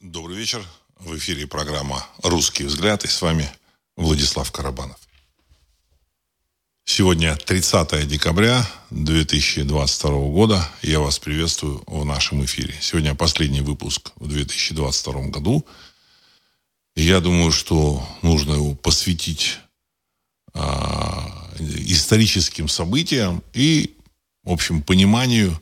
Добрый вечер. В эфире программа «Русский взгляд». И с вами Владислав Карабанов. Сегодня 30 декабря 2022 года. Я вас приветствую в нашем эфире. Сегодня последний выпуск в 2022 году. И я думаю, что нужно его посвятить историческим событиям и, в общем, пониманию,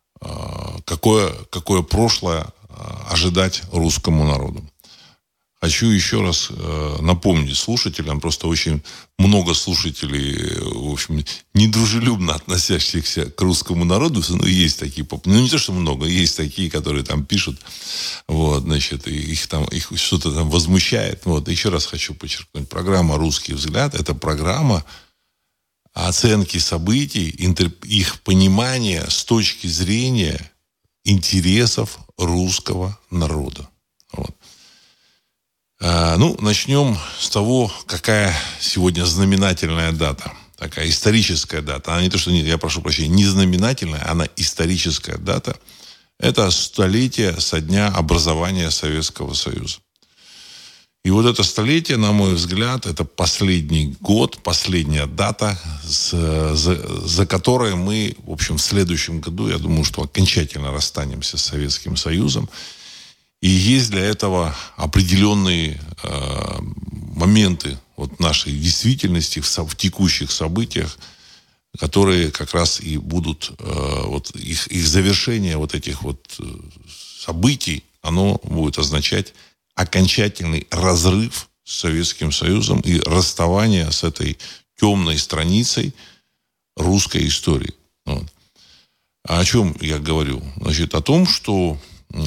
какое прошлое ожидать русскому народу. Хочу еще раз напомнить слушателям, просто очень много слушателей, в общем, недружелюбно относящихся к русскому народу, но есть такие, ну не то, что много, есть такие, которые там пишут, вот, значит, их что-то там возмущает. Вот, еще раз хочу подчеркнуть, программа «Русский взгляд» — это программа оценки событий, их понимания с точки зрения интересов русского народа. Вот. Начнем с того, какая сегодня знаменательная дата. Такая историческая дата. Она не то, что, я прошу прощения, не знаменательная, она историческая дата. Это столетие со дня образования Советского Союза. И вот это столетие, на мой взгляд, это последний год, последняя дата, за которой мы, в общем, в следующем году, я думаю, что окончательно расстанемся с Советским Союзом. И есть для этого определенные моменты вот нашей действительности в текущих событиях, которые как раз и будут, вот их завершение вот этих вот событий, оно будет означать окончательный разрыв с Советским Союзом и расставание с этой темной страницей русской истории. Вот. А о чем я говорю? Значит, о том, что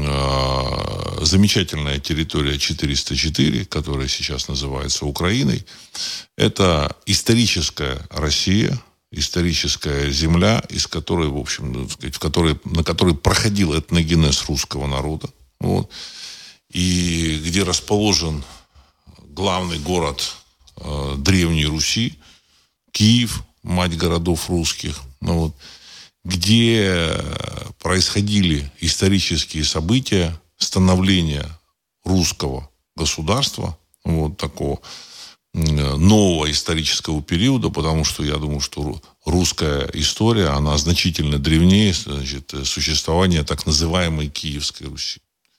замечательная территория 404, которая сейчас называется Украиной, это историческая Россия, историческая земля, из которой, в общем, на которой проходил этногенез русского народа. Вот. И где расположен главный город Древней Руси, Киев, мать городов русских, вот, где происходили исторические события становления русского государства, вот такого нового исторического периода, потому что я думаю, что русская история, она значительно древнее, значит, существования так называемой Киевской Руси.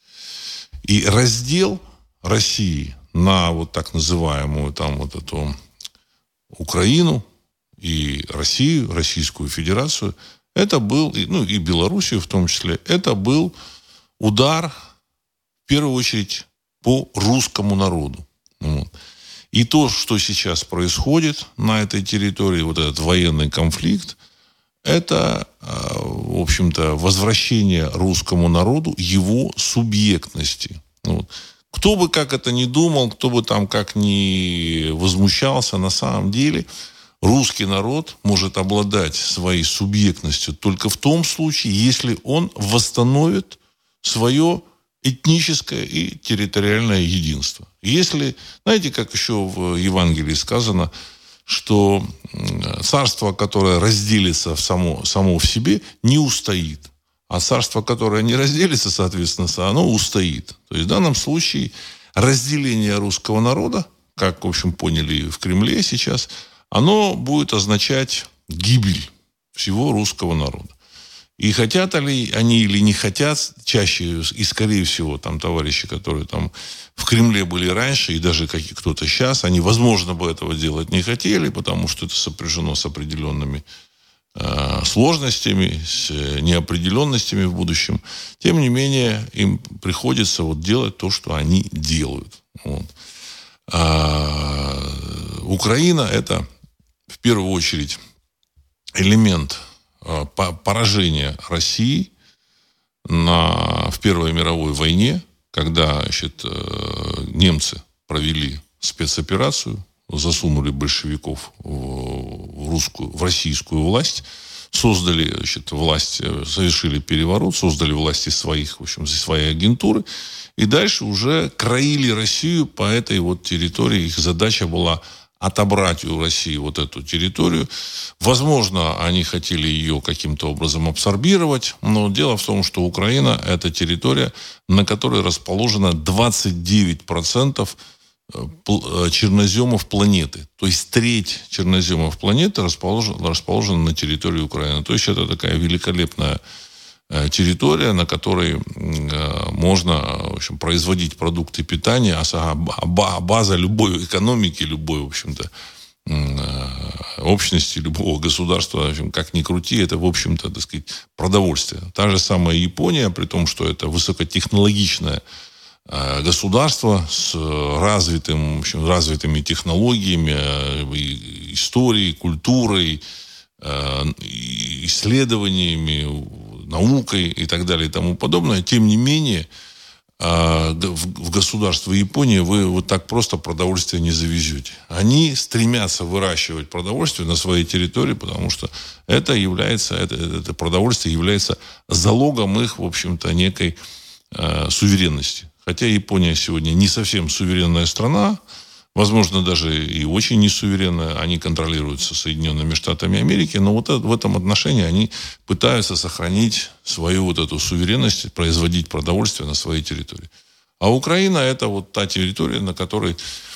И раздел России на вот так называемую там вот эту Украину и Россию, Российскую Федерацию, это был, и Белоруссию в том числе, это был удар, в первую очередь, по русскому народу. Вот. И то, что сейчас происходит на этой территории, вот этот военный конфликт, это, в общем-то, возвращение русскому народу его субъектности. Вот. Кто бы как это ни думал, кто бы там как ни возмущался, на самом деле русский народ может обладать своей субъектностью только в том случае, если он восстановит свое этническое и территориальное единство. Если, знаете, как еще в Евангелии сказано, что царство, которое разделится само в себе, не устоит. А царство, которое не разделится, соответственно, оно устоит. То есть в данном случае разделение русского народа, как, в общем, поняли в Кремле сейчас, оно будет означать гибель всего русского народа. И хотят ли они или не хотят, чаще и скорее всего там товарищи, которые там в Кремле были раньше, и даже кто-то сейчас, они, возможно, бы этого делать не хотели, потому что это сопряжено с определенными сложностями, с неопределенностями в будущем. Тем не менее, им приходится вот делать то, что они делают. Вот. Украина – это в первую очередь элемент поражения России в Первой мировой войне, когда, значит, немцы провели спецоперацию, засунули большевиков в российскую власть, создали, значит, власть, совершили переворот, создали власть из своих, в общем, из своей агентуры, и дальше уже краили Россию по этой вот территории. Их задача была отобрать у России вот эту территорию. Возможно, они хотели ее каким-то образом абсорбировать, но дело в том, что Украина – это территория, на которой расположено 29% черноземов планеты. То есть треть черноземов планеты расположена на территории Украины. То есть это такая великолепная территория, на которой можно, в общем, производить продукты питания, база любой экономики, любой, в общем-то, общности, любого государства, в общем, как ни крути, это, в общем-то, так сказать, продовольствие. Та же самая Япония, при том, что это высокотехнологичное государство с развитым, в общем, развитыми технологиями, историей, культурой, исследованиями, наукой и так далее и тому подобное. Тем не менее, в государство Японии вы вот так просто продовольствие не завезете. Они стремятся выращивать продовольствие на своей территории, потому что это продовольствие является залогом их, в общем-то, некой суверенности. Хотя Япония сегодня не совсем суверенная страна, возможно, даже и очень несуверенная. Они контролируются Соединенными Штатами Америки, но вот в этом отношении они пытаются сохранить свою вот эту суверенность, производить продовольствие на своей территории. А Украина – это вот та территория, на которой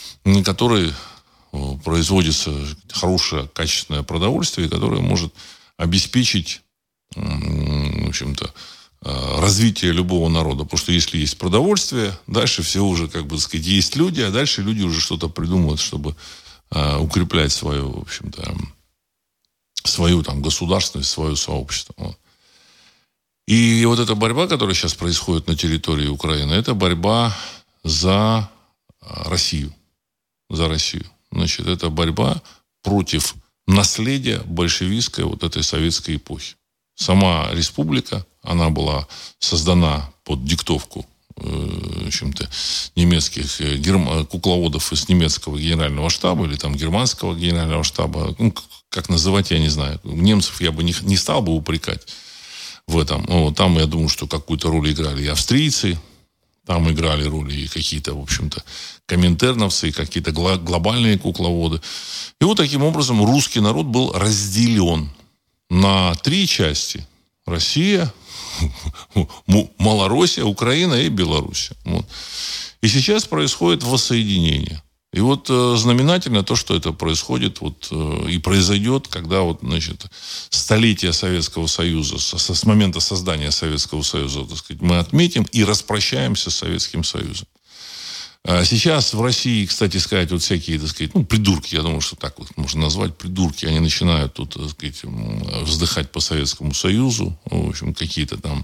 производится хорошее, качественное продовольствие, которое может обеспечить, в общем-то, развитие любого народа. Потому что если есть продовольствие, дальше все уже, как бы сказать, есть люди, а дальше люди уже что-то придумают, чтобы укреплять свою, в общем-то, свою там государственность, свое сообщество. Вот. И вот эта борьба, которая сейчас происходит на территории Украины, это борьба за Россию. За Россию. Значит, это борьба против наследия большевистской вот этой советской эпохи. Сама республика, она была создана под диктовку, в общем-то, немецких кукловодов из немецкого генерального штаба или там германского генерального штаба. Ну, как называть, я не знаю. Немцев я бы не стал бы упрекать в этом. Но там, я думаю, что какую-то роль играли и австрийцы, там играли роли и какие-то, в общем-то, коминтерновцы, и какие-то глобальные кукловоды. И вот таким образом русский народ был разделен на три части. Россия, Малороссия, Украина и Белоруссия. Вот. И сейчас происходит воссоединение. И вот знаменательно то, что это происходит и произойдет, когда столетие Советского Союза, с момента создания Советского Союза, так сказать, мы отметим и распрощаемся с Советским Союзом. Сейчас в России, кстати сказать, вот всякие, так сказать, придурки, я думаю, что так вот можно назвать, придурки, они начинают тут, так сказать, вздыхать по Советскому Союзу, в общем, какие-то там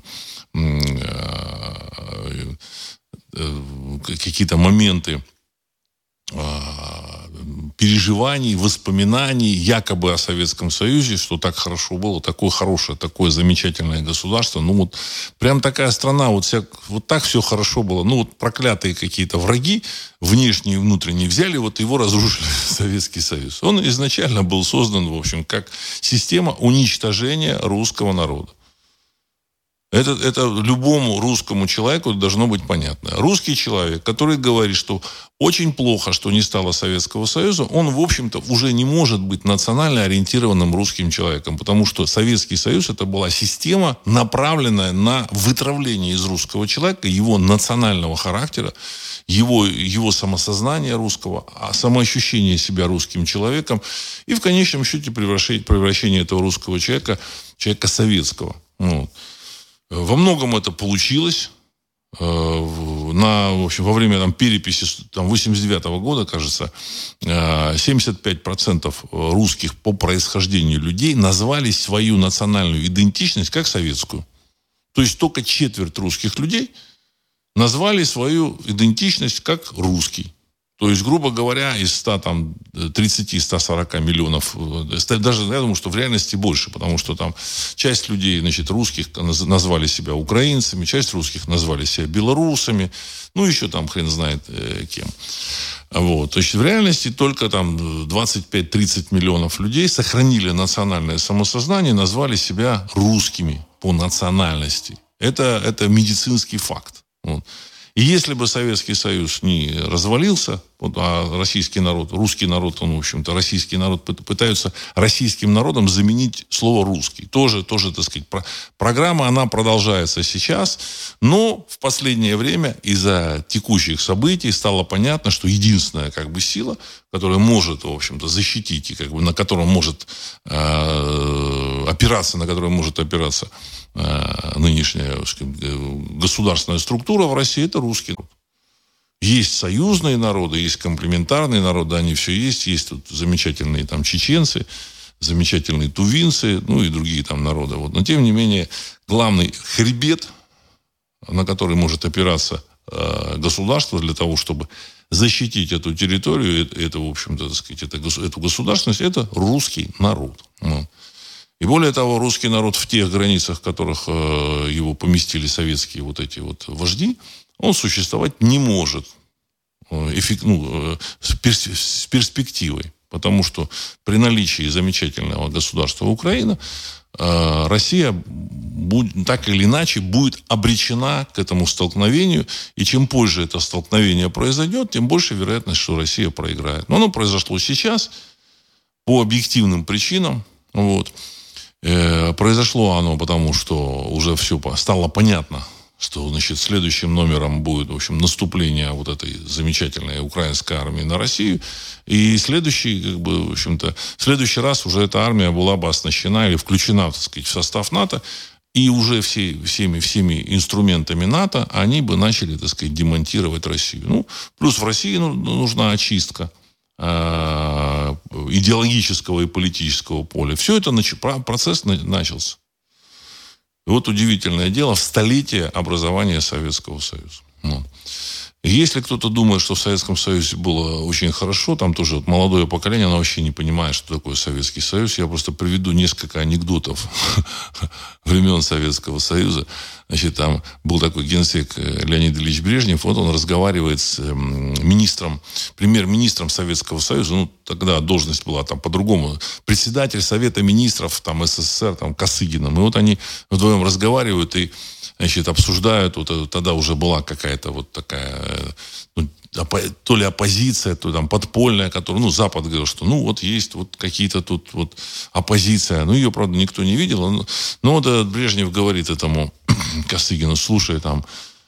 какие-то моменты переживаний, воспоминаний якобы о Советском Союзе, что так хорошо было, такое хорошее, такое замечательное государство. Прям такая страна, вот так все хорошо было. Проклятые какие-то враги, внешние и внутренние, взяли, его разрушили Советский Союз. Он изначально был создан, в общем, как система уничтожения русского народа. Это любому русскому человеку должно быть понятно. Русский человек, который говорит, что очень плохо, что не стало Советского Союза, он, в общем-то, уже не может быть национально ориентированным русским человеком, потому что Советский Союз – это была система, направленная на вытравление из русского человека его национального характера, его самосознания русского, самоощущение себя русским человеком и, в конечном счете, превращение этого русского человека советского. Во многом это получилось. Во время переписи 1989 года, кажется, 75% русских по происхождению людей назвали свою национальную идентичность как советскую. То есть только четверть русских людей назвали свою идентичность как русский. То есть, грубо говоря, из 130-140 миллионов, даже, я думаю, что в реальности больше, потому что там часть людей, русских назвали себя украинцами, часть русских назвали себя белорусами, еще там хрен знает кем. То есть, в реальности только 25-30 миллионов людей сохранили национальное самосознание, назвали себя русскими по национальности. Это медицинский факт. И если бы Советский Союз не развалился, вот, а российский народ, русский народ, он, в общем-то, российский народ пытаются российским народом заменить слово «русский». Тоже, так сказать, программа, она продолжается сейчас, но в последнее время из-за текущих событий стало понятно, что единственная, как бы, сила, которая может, в общем-то, защитить, и, как бы, на котором может опираться, нынешняя, так сказать, государственная структура в России, это русский народ. Есть союзные народы, есть комплементарные народы, они все есть. Есть тут замечательные там чеченцы, замечательные тувинцы, ну и другие там народы. Вот. Но, тем не менее, главный хребет, на который может опираться государство для того, чтобы защитить эту территорию, это, в общем-то, так сказать, эту государственность, это русский народ. Вот. И более того, русский народ в тех границах, в которых его поместили советские вот эти вот вожди, он существовать не может с перспективой. Потому что при наличии замечательного государства Украина Россия так или иначе будет обречена к этому столкновению. И чем позже это столкновение произойдет, тем больше вероятность, что Россия проиграет. Но оно произошло сейчас по объективным причинам. Вот. Произошло оно потому, что уже все стало понятно, что, значит, следующим номером будет, в общем, наступление вот этой замечательной украинской армии на Россию. И следующий, как бы, в общем-то, в следующий раз уже эта армия была бы оснащена или включена, так сказать, в состав НАТО. И уже всеми инструментами НАТО они бы начали, так сказать, демонтировать Россию. Ну, плюс в России нужна очистка идеологического и политического поля. Все это процесс начался. И вот удивительное дело, в столетие образования Советского Союза. Ну. Если кто-то думает, что в Советском Союзе было очень хорошо, там тоже вот молодое поколение, оно вообще не понимает, что такое Советский Союз. Я просто приведу несколько анекдотов времен Советского Союза. Значит, там был такой генсек Леонид Ильич Брежнев, вот он разговаривает с премьер-министром Советского Союза, ну, тогда должность была там по-другому, председатель Совета министров там, СССР, там, Косыгиным. И вот они вдвоем разговаривают и, значит, обсуждают, вот тогда уже была какая-то вот такая, ну, то ли оппозиция, то ли там подпольная, которая, ну, Запад говорил, что, ну, вот есть вот какие-то тут вот оппозиция. Ну, ее, правда, никто не видел. Но вот этот Брежнев говорит этому Косыгину: слушай, там,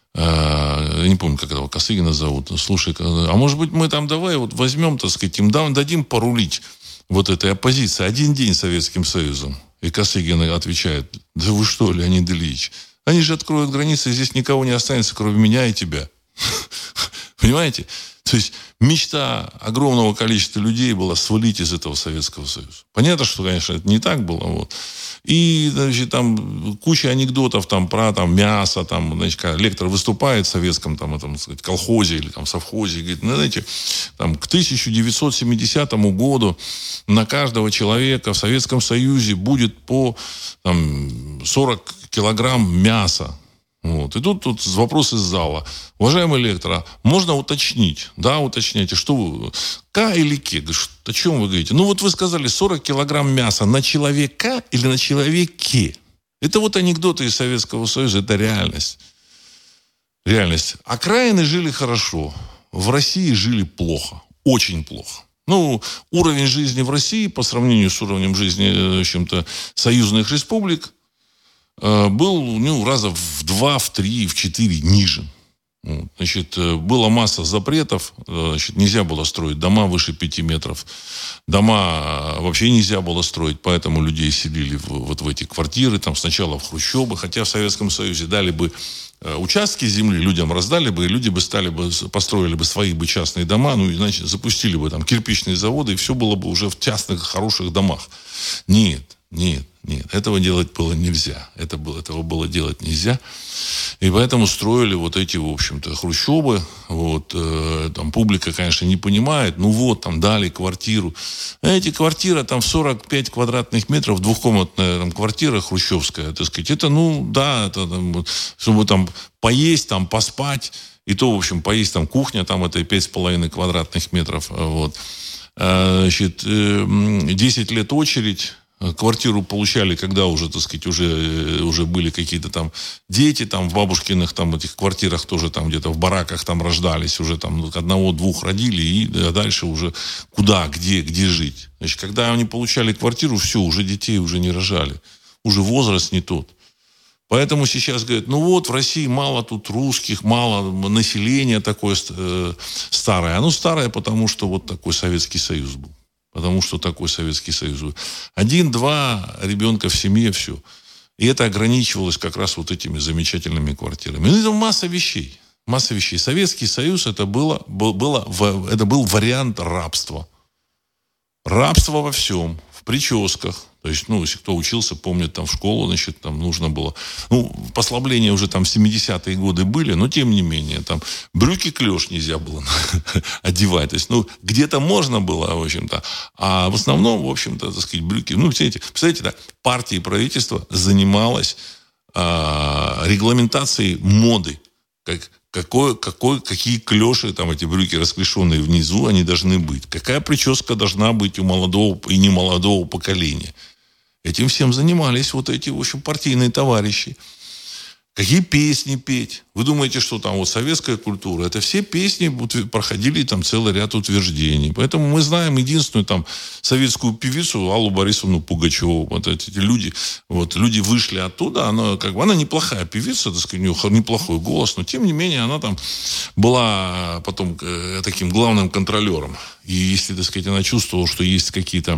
я не помню, как этого Косыгина зовут, слушай, а может быть мы там давай вот возьмем, так сказать, им дадим порулить вот этой оппозиции один день Советским Союзом. И Косыгин отвечает: да вы что, Леонид Ильич, они же откроют границы, и здесь никого не останется, кроме меня и тебя. Понимаете? То есть мечта огромного количества людей была свалить из этого Советского Союза. Понятно, что, конечно, это не так было. Вот. И, значит, там куча анекдотов там, про там, мясо. Там, значит, когда лектор выступает в советском там, этом, так сказать, колхозе или там, совхозе, говорит, ну, знаете, там, к 1970 году на каждого человека в Советском Союзе будет по там, 40 килограмм мяса. Вот. И тут вопрос из зала. Уважаемый лектор, можно уточнить? Да, уточняйте. Что вы? К или К? О чем вы говорите? Ну, вот вы сказали 40 килограмм мяса на человека или на человеке? Это вот анекдоты из Советского Союза. Это реальность. Реальность. Окраины жили хорошо. В России жили плохо. Очень плохо. Ну, уровень жизни в России по сравнению с уровнем жизни, в общем-то, союзных республик был, ну, раза в 2, в 3, в 4 ниже. Значит, была масса запретов. Значит, нельзя было строить дома выше 5 метров. Дома вообще нельзя было строить, поэтому людей селили вот в эти квартиры. Там сначала в хрущобы, хотя в Советском Союзе дали бы участки земли, людям раздали бы, и люди бы построили бы свои бы частные дома, ну, иначе запустили бы там кирпичные заводы, и все было бы уже в частных, хороших домах. Нет. Этого делать было нельзя. Этого было делать нельзя. И поэтому строили вот эти, в общем-то, хрущобы. Вот, там публика, конечно, не понимает. Ну вот, там дали квартиру. Эти квартиры там в 45 квадратных метров, двухкомнатная там, квартира хрущевская, так сказать. Это, ну, да, это, там, чтобы там поесть, там поспать. И то, в общем, поесть там кухня, там это 5,5 квадратных метров. Вот. Значит, 10 лет очередь. Квартиру получали, когда уже, так сказать, уже были какие-то там дети, там в бабушкиных там этих квартирах тоже там где-то в бараках там рождались, уже там одного-двух родили, и дальше уже куда, где жить. Значит, когда они получали квартиру, все, уже детей уже не рожали. Уже возраст не тот. Поэтому сейчас говорят, ну вот, в России мало тут русских, мало населения такое старое. Оно старое, потому что вот такой Советский Союз был. Потому что такой Советский Союз был. 1-2 ребенка в семье, все. И это ограничивалось как раз вот этими замечательными квартирами. Ну, это масса вещей. Масса вещей. Советский Союз это был вариант рабства. Рабство во всем. В прическах. То есть, ну, если кто учился, помнит, там в школу, значит, там нужно было... Ну, послабления уже там в 70-е годы были, но тем не менее, там брюки-клеш нельзя было одевать. То есть, ну, где-то можно было, в общем-то, а в основном, в общем-то, так сказать, брюки... Ну, представляете, да, партия и правительство занималось регламентацией моды. Какие клеши, там, эти брюки расклешенные внизу, они должны быть. Какая прическа должна быть у молодого и немолодого поколения. Этим всем занимались вот эти, в общем, партийные товарищи. Какие песни петь? Вы думаете, что там вот советская культура? Это все песни проходили там целый ряд утверждений. Поэтому мы знаем единственную там советскую певицу Аллу Борисовну Пугачеву. Вот эти люди вышли оттуда. Она неплохая певица, так сказать, у нее неплохой голос, но тем не менее она там была потом таким главным контролером. И если, так сказать, она чувствовала, что есть какие-то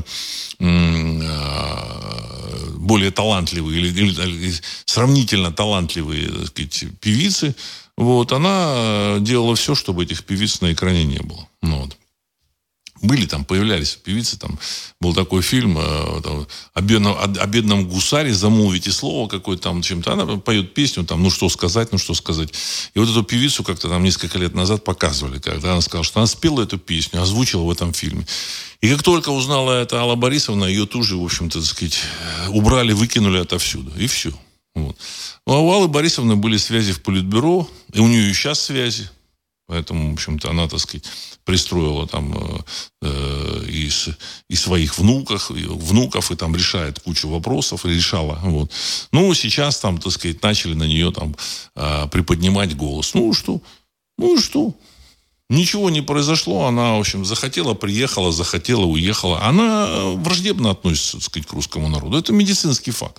более талантливые или сравнительно талантливые, так сказать, певицы, вот, она делала все, чтобы этих певиц на экране не было. Ну, вот. Появлялись певицы, там был такой фильм о бедном гусаре, замолвите слово какое-то там чем-то. Она поет песню, там, ну что сказать. И вот эту певицу как-то там несколько лет назад показывали, когда она сказала, что она спела эту песню, озвучила в этом фильме. И как только узнала это Алла Борисовна, ее тут же, в общем-то, так сказать, убрали, выкинули отовсюду. И все. Вот. Ну, а у Аллы Борисовны были связи в Политбюро, и у нее и сейчас связи. Поэтому, в общем-то, она, так сказать, пристроила там и своих внуков, и там решает кучу вопросов, и решала. Вот. Ну, сейчас там, так сказать, начали на нее там приподнимать голос. Ну и что? Ничего не произошло. Она, в общем, захотела, приехала, захотела, уехала. Она враждебно относится, так сказать, к русскому народу. Это медицинский факт.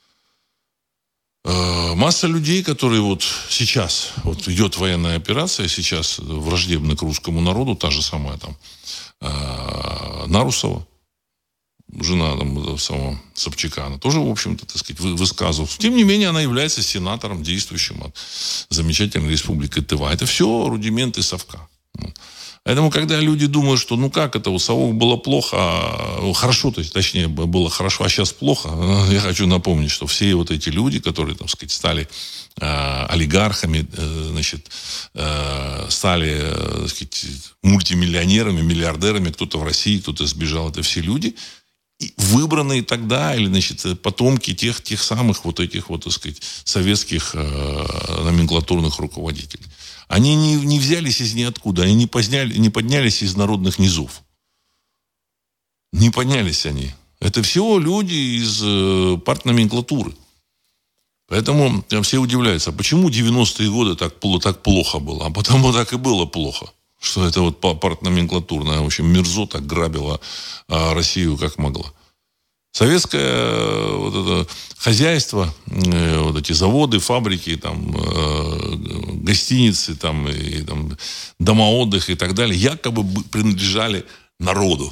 Масса людей, которые вот сейчас, вот идет военная операция, сейчас враждебны к русскому народу, та же самая там Нарусова, жена там самого Собчака, она тоже, в общем-то, так сказать, высказывалась. Тем не менее, она является сенатором, действующим от замечательной республики Тыва. Это все рудименты совка. Поэтому, когда люди думают, что ну как это, у совок было плохо, хорошо, точнее, было хорошо, а сейчас плохо, я хочу напомнить, что все вот эти люди, которые, так сказать, стали олигархами, значит, стали, так сказать, мультимиллионерами, миллиардерами, кто-то в России, кто-то сбежал, это все люди, выбранные тогда, или, значит, потомки тех самых вот этих вот, так сказать, советских номенклатурных руководителей. Они не взялись из ниоткуда, они не поднялись из народных низов. Не поднялись они. Это все люди из партноменклатуры. Поэтому все удивляются, а почему 90-е годы так плохо было? А потому так и было плохо. Что это вот партноменклатурная, в общем, мерзота грабила Россию как могла. Советское вот это хозяйство, вот эти заводы, фабрики, там, гостиницы, там, и, там, дома отдыха и так далее, якобы принадлежали народу.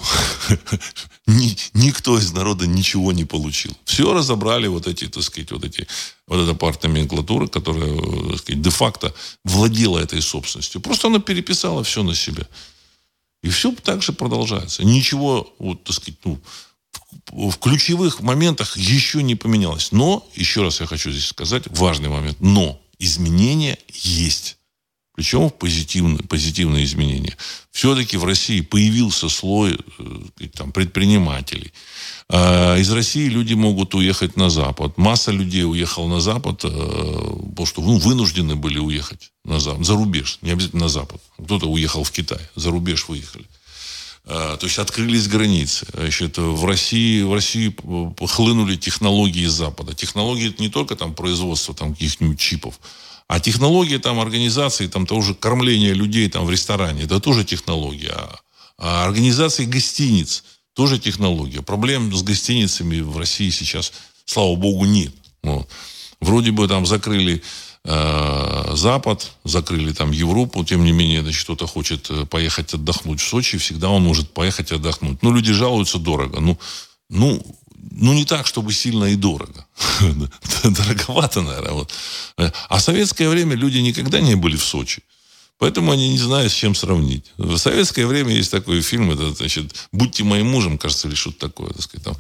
Никто из народа ничего не получил. Все разобрали вот эти, так сказать, вот эта партноменклатура, которая, так сказать, де-факто владела этой собственностью. Просто она переписала все на себя. И все так же продолжается. Ничего, вот, так сказать, в ключевых моментах еще не поменялось. Но, еще раз я хочу здесь сказать, важный момент, но изменения есть. Причем позитивные изменения. Все-таки в России появился слой там, предпринимателей. Из России люди могут уехать на Запад. Масса людей уехала на Запад, потому что вынуждены были уехать на Запад, за рубеж, не обязательно на Запад. Кто-то уехал в Китай, за рубеж выехали. То есть открылись границы. Значит, в России хлынули технологии Запада. Технологии — это не только там производство там каких-нибудь чипов, а технологии там организации там того же кормления людей там в ресторане — это тоже технология. А организации гостиниц — тоже технология. Проблем с гостиницами в России сейчас, слава богу, нет. Вот. Вроде бы там закрыли Запад, закрыли там Европу, тем не менее, значит, кто-то хочет поехать отдохнуть в Сочи, всегда он может поехать отдохнуть. Ну, люди жалуются: дорого. Ну, не так, чтобы сильно и дорого. Дороговато, наверное. Вот. А в советское время люди никогда не были в Сочи. Поэтому они не знают, с чем сравнить. В советское время есть такой фильм, это, значит, «Будьте моим мужем», кажется, или что-то такое, так сказать, там,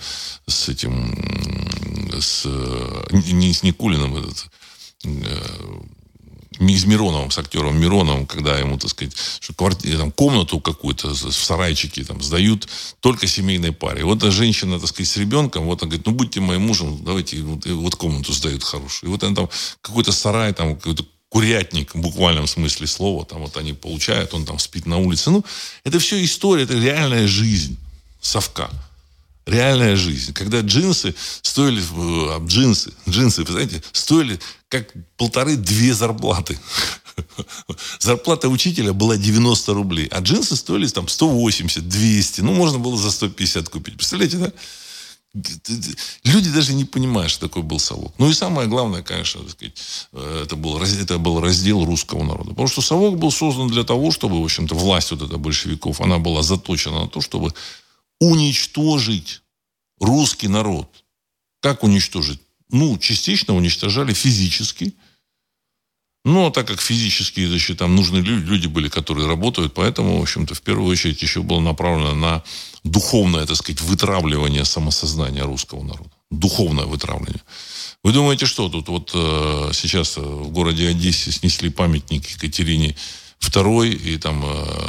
не с Никулиным, с Мироновым, с актером Мироновым, когда ему, так сказать, там, комнату какую-то в сарайчике там сдают только семейной паре. Вот эта женщина, так сказать, с ребенком, вот она говорит: ну, будьте моим мужем, давайте, вот комнату сдают хорошую. И вот она там какой-то сарай, там какой-то курятник, в буквальном смысле слова, там вот они получают, он там спит на улице. Ну, это все история, это реальная жизнь совка. Реальная жизнь. Когда джинсы стоили, вы знаете, стоили как 1,5-2 зарплаты. Зарплата учителя была 90 рублей, а джинсы стоили там 180, 200. Ну, можно было за 150 купить. Представляете, да? Люди даже не понимают, что такое был совок. Ну и самое главное, конечно, так сказать, это был раздел русского народа. Потому что совок был создан для того, чтобы, в общем-то, власть вот эта большевиков, она была заточена на то, чтобы уничтожить русский народ. Как уничтожить? Ну, частично уничтожали физически. Но так как физически, значит, там нужны люди были, которые работают, поэтому, в общем-то, в первую очередь еще было направлено на духовное, так сказать, вытравливание самосознания русского народа. Духовное вытравливание. Вы думаете, что тут вот сейчас в городе Одессе снесли памятник Екатерине II и там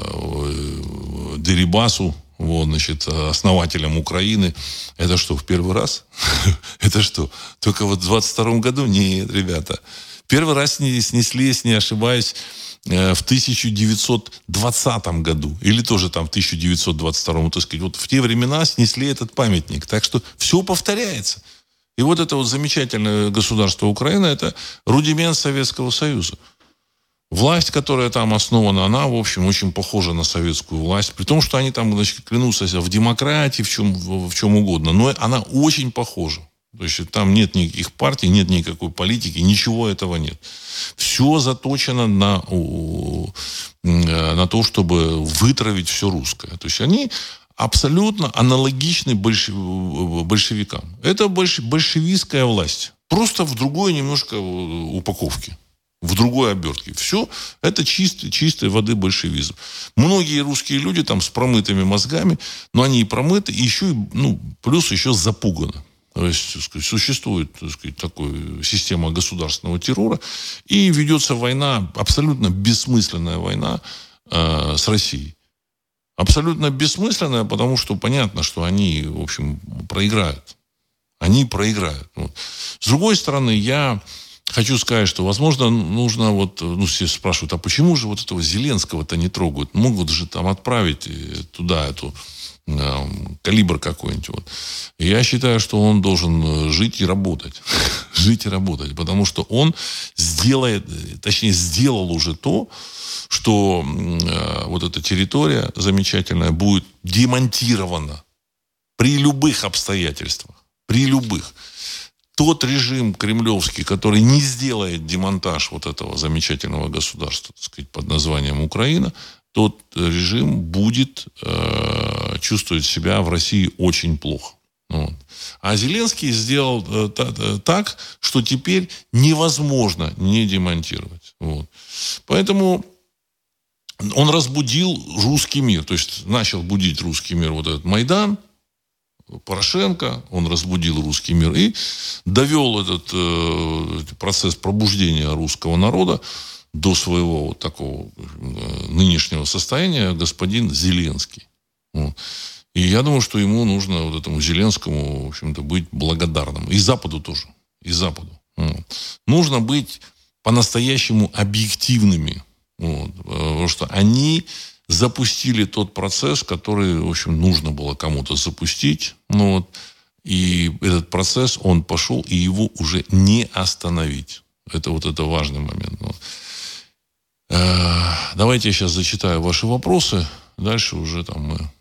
Дерибасу, вот, значит, основателям Украины? Это что, в первый раз? Это что, только вот в 22 году? Нет, ребята. Первый раз снесли, если не ошибаюсь, в 1920 году. Или тоже там в 1922. Так сказать, вот в те времена снесли этот памятник. Так что все повторяется. И вот это вот замечательное государство Украина — это рудимент Советского Союза. Власть, которая там основана, она, в общем, очень похожа на советскую власть. При том, что они там, значит, клянутся в демократии, в чем угодно. Но она очень похожа. То есть там нет никаких партий, нет никакой политики, ничего этого нет. Все заточено на то, чтобы вытравить все русское. То есть они абсолютно аналогичны большевикам. Это большевистская власть. Просто в другой немножко упаковке. В другой обертке. Все это чистой воды большевизм. Многие русские люди там с промытыми мозгами, но они и промыты, и еще, плюс еще запуганы. То есть, так сказать, существует, так сказать, такая система государственного террора, и ведется война, абсолютно бессмысленная война с Россией. Абсолютно бессмысленная, потому что понятно, что они, в общем, проиграют. Они проиграют. Вот. С другой стороны, я хочу сказать, что, возможно, нужно все спрашивают, а почему же вот этого Зеленского-то не трогают? Могут же там отправить туда эту калибр какой-нибудь. Вот. Я считаю, что он должен жить и работать. Жить и работать. Потому что он сделал уже то, что вот эта территория замечательная будет демонтирована при любых обстоятельствах. При любых. Тот режим кремлевский, который не сделает демонтаж вот этого замечательного государства, так сказать, под названием Украина, тот режим будет чувствовать себя в России очень плохо. Вот. А Зеленский сделал так, что теперь невозможно не демонтировать. Вот. Поэтому он разбудил русский мир. То есть начал будить русский мир вот этот Майдан, Порошенко, он разбудил русский мир и довел этот процесс пробуждения русского народа до своего вот такого нынешнего состояния господин Зеленский. Вот. И я думаю, что ему нужно вот этому Зеленскому, в общем-то, быть благодарным. И Западу тоже. И Западу. Вот. Нужно быть по-настоящему объективными. Вот. Потому что они запустили тот процесс, который, в общем, нужно было кому-то запустить. И этот процесс, он пошел, и его уже не остановить. Это важный момент. Давайте я сейчас зачитаю ваши вопросы. Дальше уже мы...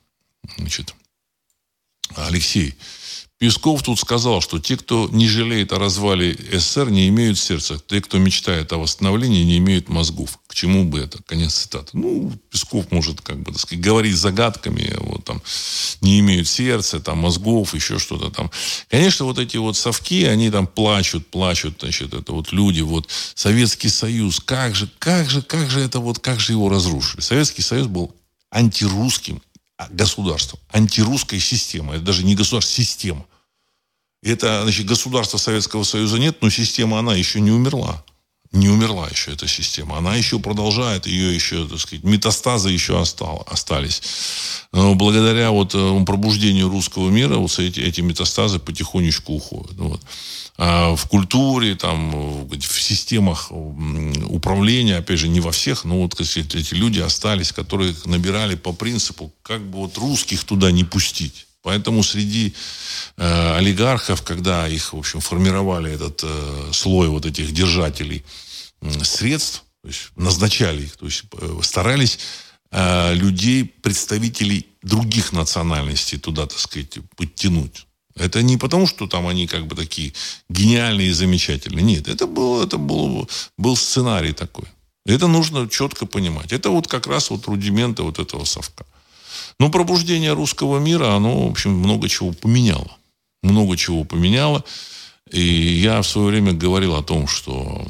Алексей Песков тут сказал, что те, кто не жалеет о развале СССР, не имеют сердца. Те, кто мечтает о восстановлении, не имеют мозгов. К чему бы это? Конец цитаты. Песков может, говорить загадками, не имеют сердца, мозгов, еще что-то там. Конечно, эти совки, они плачут, это люди, Советский Союз, как же его разрушили? Советский Союз был антирусским государством, антирусской системой. Это даже не государство, система. Это, государства Советского Союза нет, но система, она еще не умерла. Не умерла еще эта система. Она еще продолжает, ее еще, метастазы еще остались. Но благодаря пробуждению русского мира эти метастазы потихонечку уходят. А в культуре, в системах управления, опять же, не во всех, но эти люди остались, которые набирали по принципу, русских туда не пустить. Поэтому среди олигархов, когда их, в общем, формировали этот слой этих держателей средств, то есть назначали их, то есть старались людей, представителей других национальностей туда, подтянуть. Это не потому, что они такие гениальные и замечательные. Нет, это был сценарий такой. Это нужно четко понимать. Это как раз рудименты этого совка. Но пробуждение русского мира, оно, в общем, много чего поменяло. Много чего поменяло. И я в свое время говорил о том, что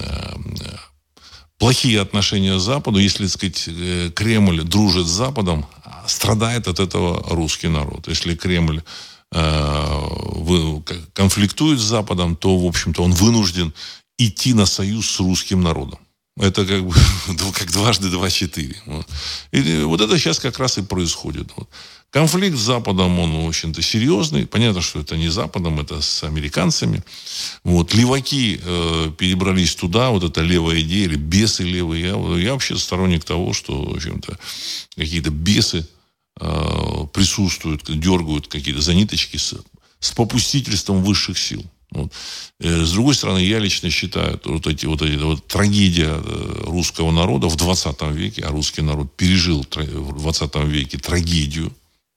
плохие отношения с Западом, если, Кремль дружит с Западом, страдает от этого русский народ. Если Кремль конфликтует с Западом, то, в общем-то, он вынужден идти на союз с русским народом. Это как дважды два четыре. И это сейчас как раз и происходит. Конфликт с Западом, он, в общем-то, серьезный. Понятно, что это не с Западом, это с американцами. Леваки перебрались туда, это левая идея, или бесы левые. Я вообще сторонник того, что, в общем-то, какие-то бесы присутствуют, дергают какие-то за ниточки с попустительством высших сил. С другой стороны, я лично считаю, трагедия русского народа в 20 веке, а русский народ пережил в 20 веке трагедию,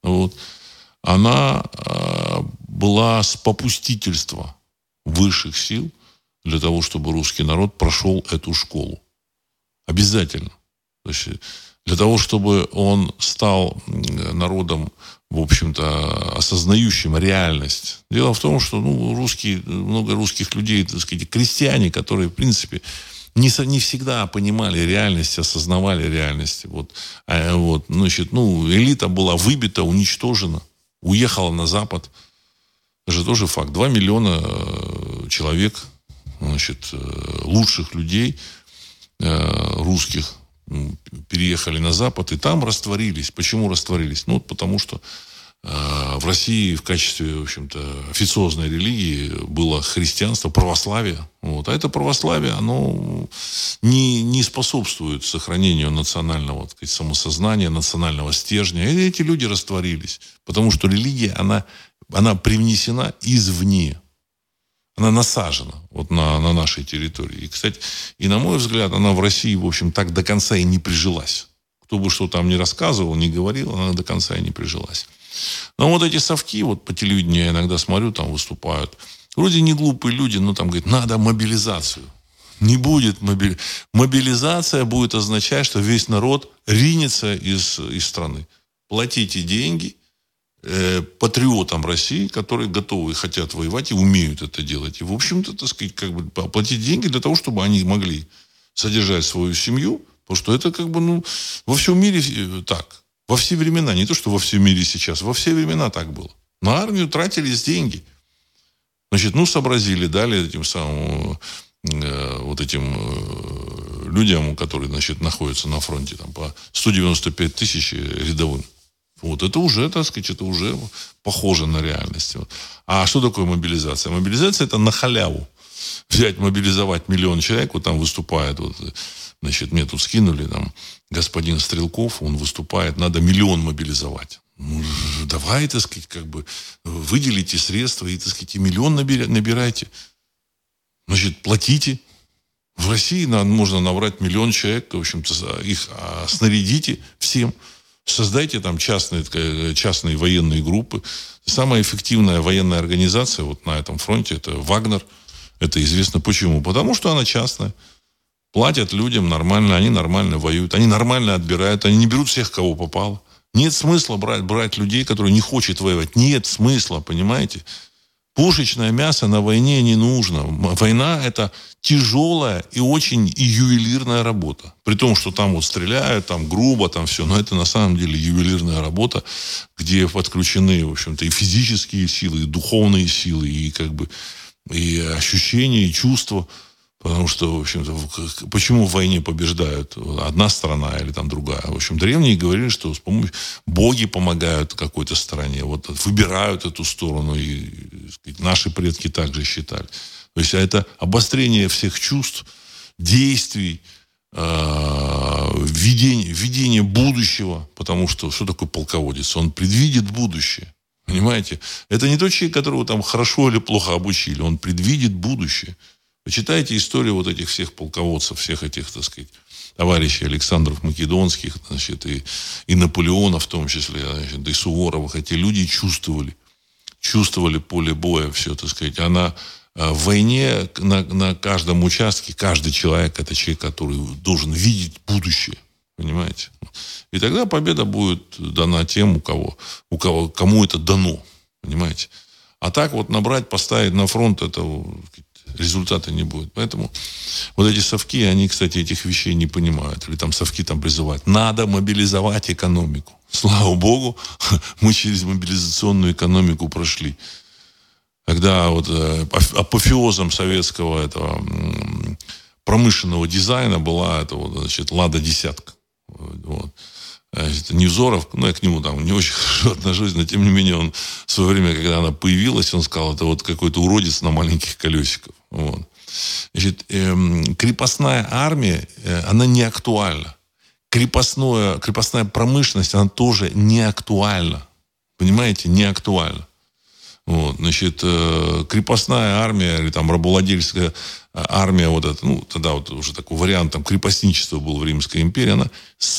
она была с попустительства высших сил для того, чтобы русский народ прошел эту школу. Обязательно. То есть для того, чтобы он стал народом, в общем-то, осознающим реальность. Дело в том, что много русских людей, крестьяне, которые, в принципе, не всегда понимали реальность, осознавали реальность. Элита была выбита, уничтожена, уехала на Запад. Это же тоже факт. 2 миллиона человек, лучших людей русских переехали на Запад и там растворились. Почему растворились? Потому что в России в качестве, в общем-то, официозной религии было христианство, православие. А это православие, оно не способствует сохранению национального, самосознания, национального стержня. И эти люди растворились. Потому что религия, она привнесена извне. Она насажена на нашей территории. И, кстати, на мой взгляд, она в России, в общем, так до конца и не прижилась. Кто бы что там ни рассказывал, ни говорил, она до конца и не прижилась. Но эти совки, по телевидению я иногда смотрю, там выступают. Вроде не глупые люди, но там говорят, надо мобилизацию. Не будет мобилизация будет означать, что весь народ ринется из страны. Платите деньги патриотам России, которые готовы и хотят воевать и умеют это делать. И, в общем-то, платить деньги для того, чтобы они могли содержать свою семью, потому что это во всем мире так. Во все времена, не то, что во всем мире сейчас, во все времена так было. На армию тратились деньги. Сообразили, дали этим самым людям, которые, находятся на фронте, по 195 тысяч рядовым. Это уже, это уже похоже на реальность. А что такое мобилизация? Мобилизация – это на халяву. Мобилизовать 1 миллион человек, там выступает Значит, мне тут скинули, там, господин Стрелков, он выступает, надо 1 миллион мобилизовать. Ну, давай, так сказать, как бы выделите средства и, так сказать, и 1 миллион набирайте. Значит, платите. В России можно набрать 1 миллион человек, в общем-то, их снарядите всем. Создайте там частные военные группы. Самая эффективная военная организация вот на этом фронте — это Вагнер. Это известно почему. Потому что она частная. Платят людям нормально, они нормально воюют, они нормально отбирают, они не берут всех, кого попало. Нет смысла брать людей, которые не хотят воевать. Нет смысла, понимаете? Пушечное мясо на войне не нужно. Война — это тяжелая и очень ювелирная работа. При том, что там вот стреляют, там грубо, там все. Но это на самом деле ювелирная работа, где подключены, в общем-то, и физические силы, и духовные силы, и как бы и ощущения, и чувства. Потому что, в общем-то, почему в войне побеждают одна страна или там другая? В общем, древние говорили, что боги помогают какой-то стране, вот выбирают эту сторону, и, так сказать, наши предки также считали. То есть это обострение всех чувств, действий, видение будущего. Потому что такое полководец? Он предвидит будущее. Понимаете? Это не тот человек, которого там хорошо или плохо обучили. Он предвидит будущее. Почитайте историю вот этих всех полководцев, всех этих, так сказать, товарищей Александров Македонских, значит, и Наполеона в том числе, значит, и Суворова. Эти люди чувствовали поле боя, все, так сказать. В войне на каждом участке каждый человек — это человек, который должен видеть будущее. Понимаете? И тогда победа будет дана тем, кому это дано. Понимаете? А так вот набрать, поставить на фронт — это результата не будет. Поэтому вот эти совки, они, кстати, этих вещей не понимают. Или там совки там призывают. Надо мобилизовать экономику. Слава Богу, мы через мобилизационную экономику прошли. Когда вот апофеозом советского этого промышленного дизайна была эта вот, значит, «Лада десятка». Вот. Это Невзоров, я к нему там не очень хорошо отношусь, но тем не менее он в свое время, когда она появилась, он сказал, это вот какой-то уродец на маленьких колесиках. Вот. Значит, крепостная армия, она не актуальна. Крепостная промышленность, она тоже не актуальна. Понимаете, не актуальна. Вот, значит, крепостная армия или там рабовладельческая армия, вот это, тогда вот уже такой вариант там крепостничества был в Римской империи, она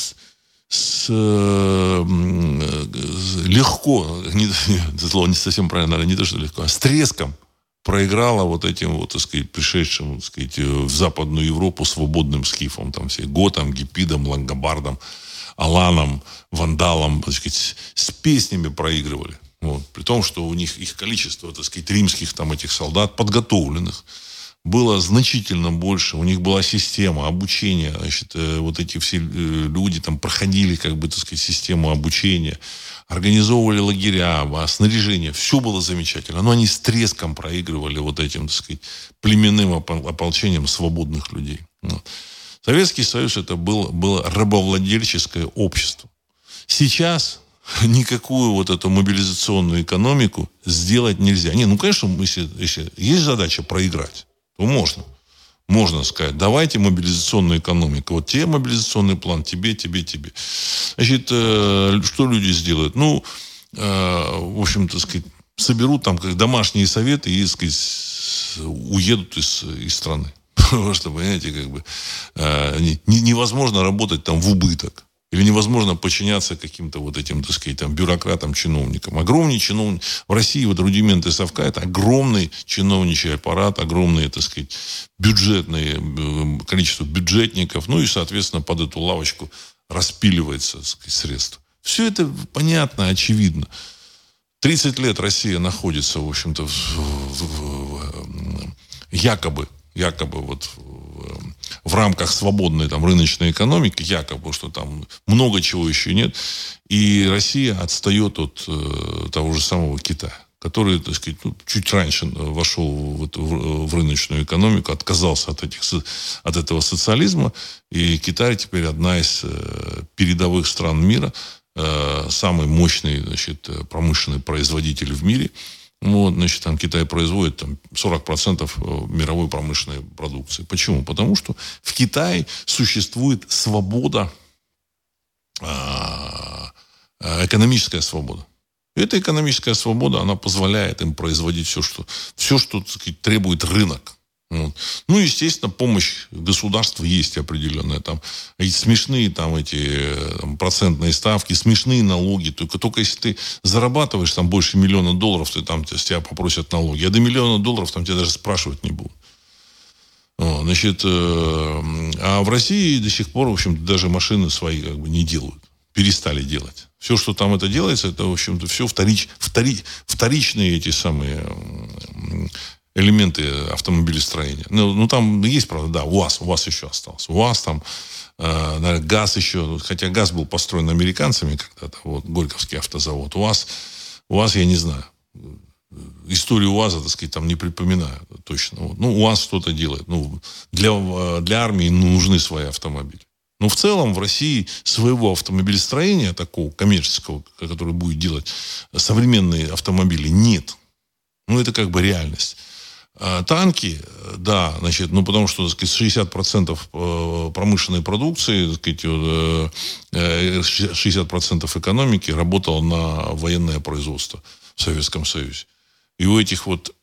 легко, это слово не совсем правильно, не то, что легко, а с треском проиграла вот этим вот, так сказать, пришедшим, так сказать, в Западную Европу свободным скифам, там все, готам, гиппидам, лангобардам, аланам, вандалам, так сказать, с песнями проигрывали. Вот. При том, что у них их количество, так сказать, римских там этих солдат подготовленных было значительно больше. У них была система обучения. Значит, вот эти все люди там проходили, как бы, так сказать, систему обучения, организовывали лагеря, снаряжение. Все было замечательно. Но они с треском проигрывали вот этим, так сказать, племенным ополчением свободных людей. Вот. Советский Союз — это было рабовладельческое общество. Сейчас никакую вот эту мобилизационную экономику сделать нельзя. Конечно, если есть задача проиграть, то можно сказать, давайте мобилизационную экономику. Вот тебе мобилизационный план, тебе. Значит, что люди сделают? В общем, так сказать, соберут там как домашние советы и, так сказать, уедут из страны. Потому что, понимаете, как бы невозможно работать там в убыток. Или невозможно подчиняться каким-то вот этим, так сказать, там, бюрократам, чиновникам. В России вот рудименты совка — это огромный чиновничий аппарат, огромное, так сказать, количество бюджетников. И, соответственно, под эту лавочку распиливается, так сказать, средства. Все это понятно, очевидно. 30 лет Россия находится, в общем-то, якобы вот в рамках свободной там рыночной экономики, якобы, что там много чего еще нет, и Россия отстает от того же самого Китая, который, так сказать, чуть раньше вошел в рыночную экономику, отказался от этого социализма, и Китай теперь одна из передовых стран мира, самый мощный, значит, промышленный производитель в мире. Вот, значит, там Китай производит там, 40% мировой промышленной продукции. Почему? Потому что в Китае существует свобода, экономическая свобода. И эта экономическая свобода, она позволяет им производить все, что так сказать, требует рынок. Вот. Ну, естественно, помощь государства есть определенная. Там эти смешные эти процентные ставки, смешные налоги. Только если ты зарабатываешь там больше $1 миллиона, ты там с тебя попросят налоги. А до $1 миллиона там тебя даже спрашивать не будут. Вот, значит, а в России до сих пор, в общем-то, даже машины свои как бы не делают. Перестали делать. Все, что там это делается, это, в общем-то, все вторичные эти самые элементы автомобилестроения. Ну, там есть, правда, да, УАЗ еще остался. УАЗ там, наверное, ГАЗ еще, хотя ГАЗ был построен американцами когда-то, вот, Горьковский автозавод. УАЗ я не знаю. Историю УАЗа, так сказать, там не припоминаю точно. Вот. Ну, УАЗ что-то делает. Ну, для армии нужны свои автомобили. Но в целом в России своего автомобилестроения, такого коммерческого, который будет делать современные автомобили, нет. Ну, это как бы реальность. Танки, да, значит, ну, потому что, так сказать, 60% промышленной продукции, так сказать, 60% экономики работало на военное производство в Советском Союзе. И у этих вот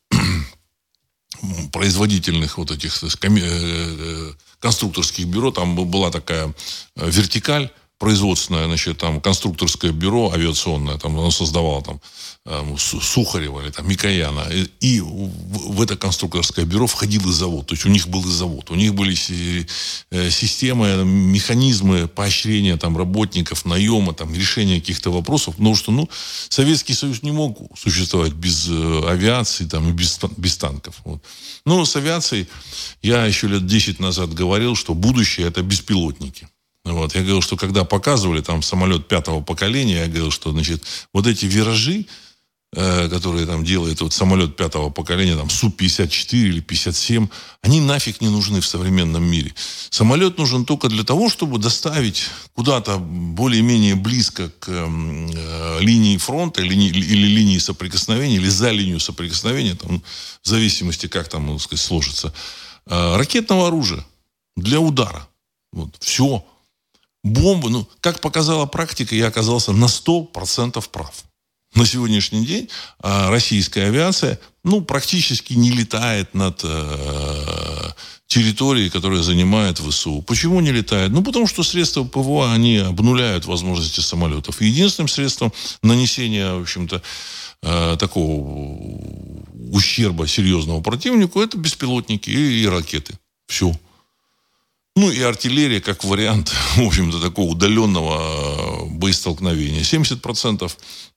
производительных вот этих конструкторских бюро, там была такая вертикаль производственное, значит, там конструкторское бюро авиационное, там оно создавало там Сухарева или там Микояна, и в это конструкторское бюро входил и завод, то есть у них был и завод, у них были системы, механизмы поощрения там работников, наема, там решения каких-то вопросов, потому что, Советский Союз не мог существовать без авиации там и без танков. Вот. Но с авиацией я еще лет 10 назад говорил, что будущее это беспилотники. Вот. Я говорил, что когда показывали там самолет 5-го поколения, я говорил, что, значит, вот эти виражи, которые там делает вот самолет 5-го поколения, там Су-54 или 57, они нафиг не нужны в современном мире. Самолет нужен только для того, чтобы доставить куда-то более-менее близко к линии фронта или линии соприкосновения, или за линию соприкосновения, там, в зависимости, как там, так сказать, сложится, ракетного оружия для удара. Вот. Все. Бомбы, как показала практика, я оказался на 100% прав. На сегодняшний день российская авиация, практически не летает над территорией, которую занимает ВСУ. Почему не летает? Потому что средства ПВО, они обнуляют возможности самолетов. И единственным средством нанесения, в общем-то, такого ущерба серьезного противнику, это беспилотники и ракеты. Все. И артиллерия как вариант, в общем-то, такого удаленного боестолкновения. 70%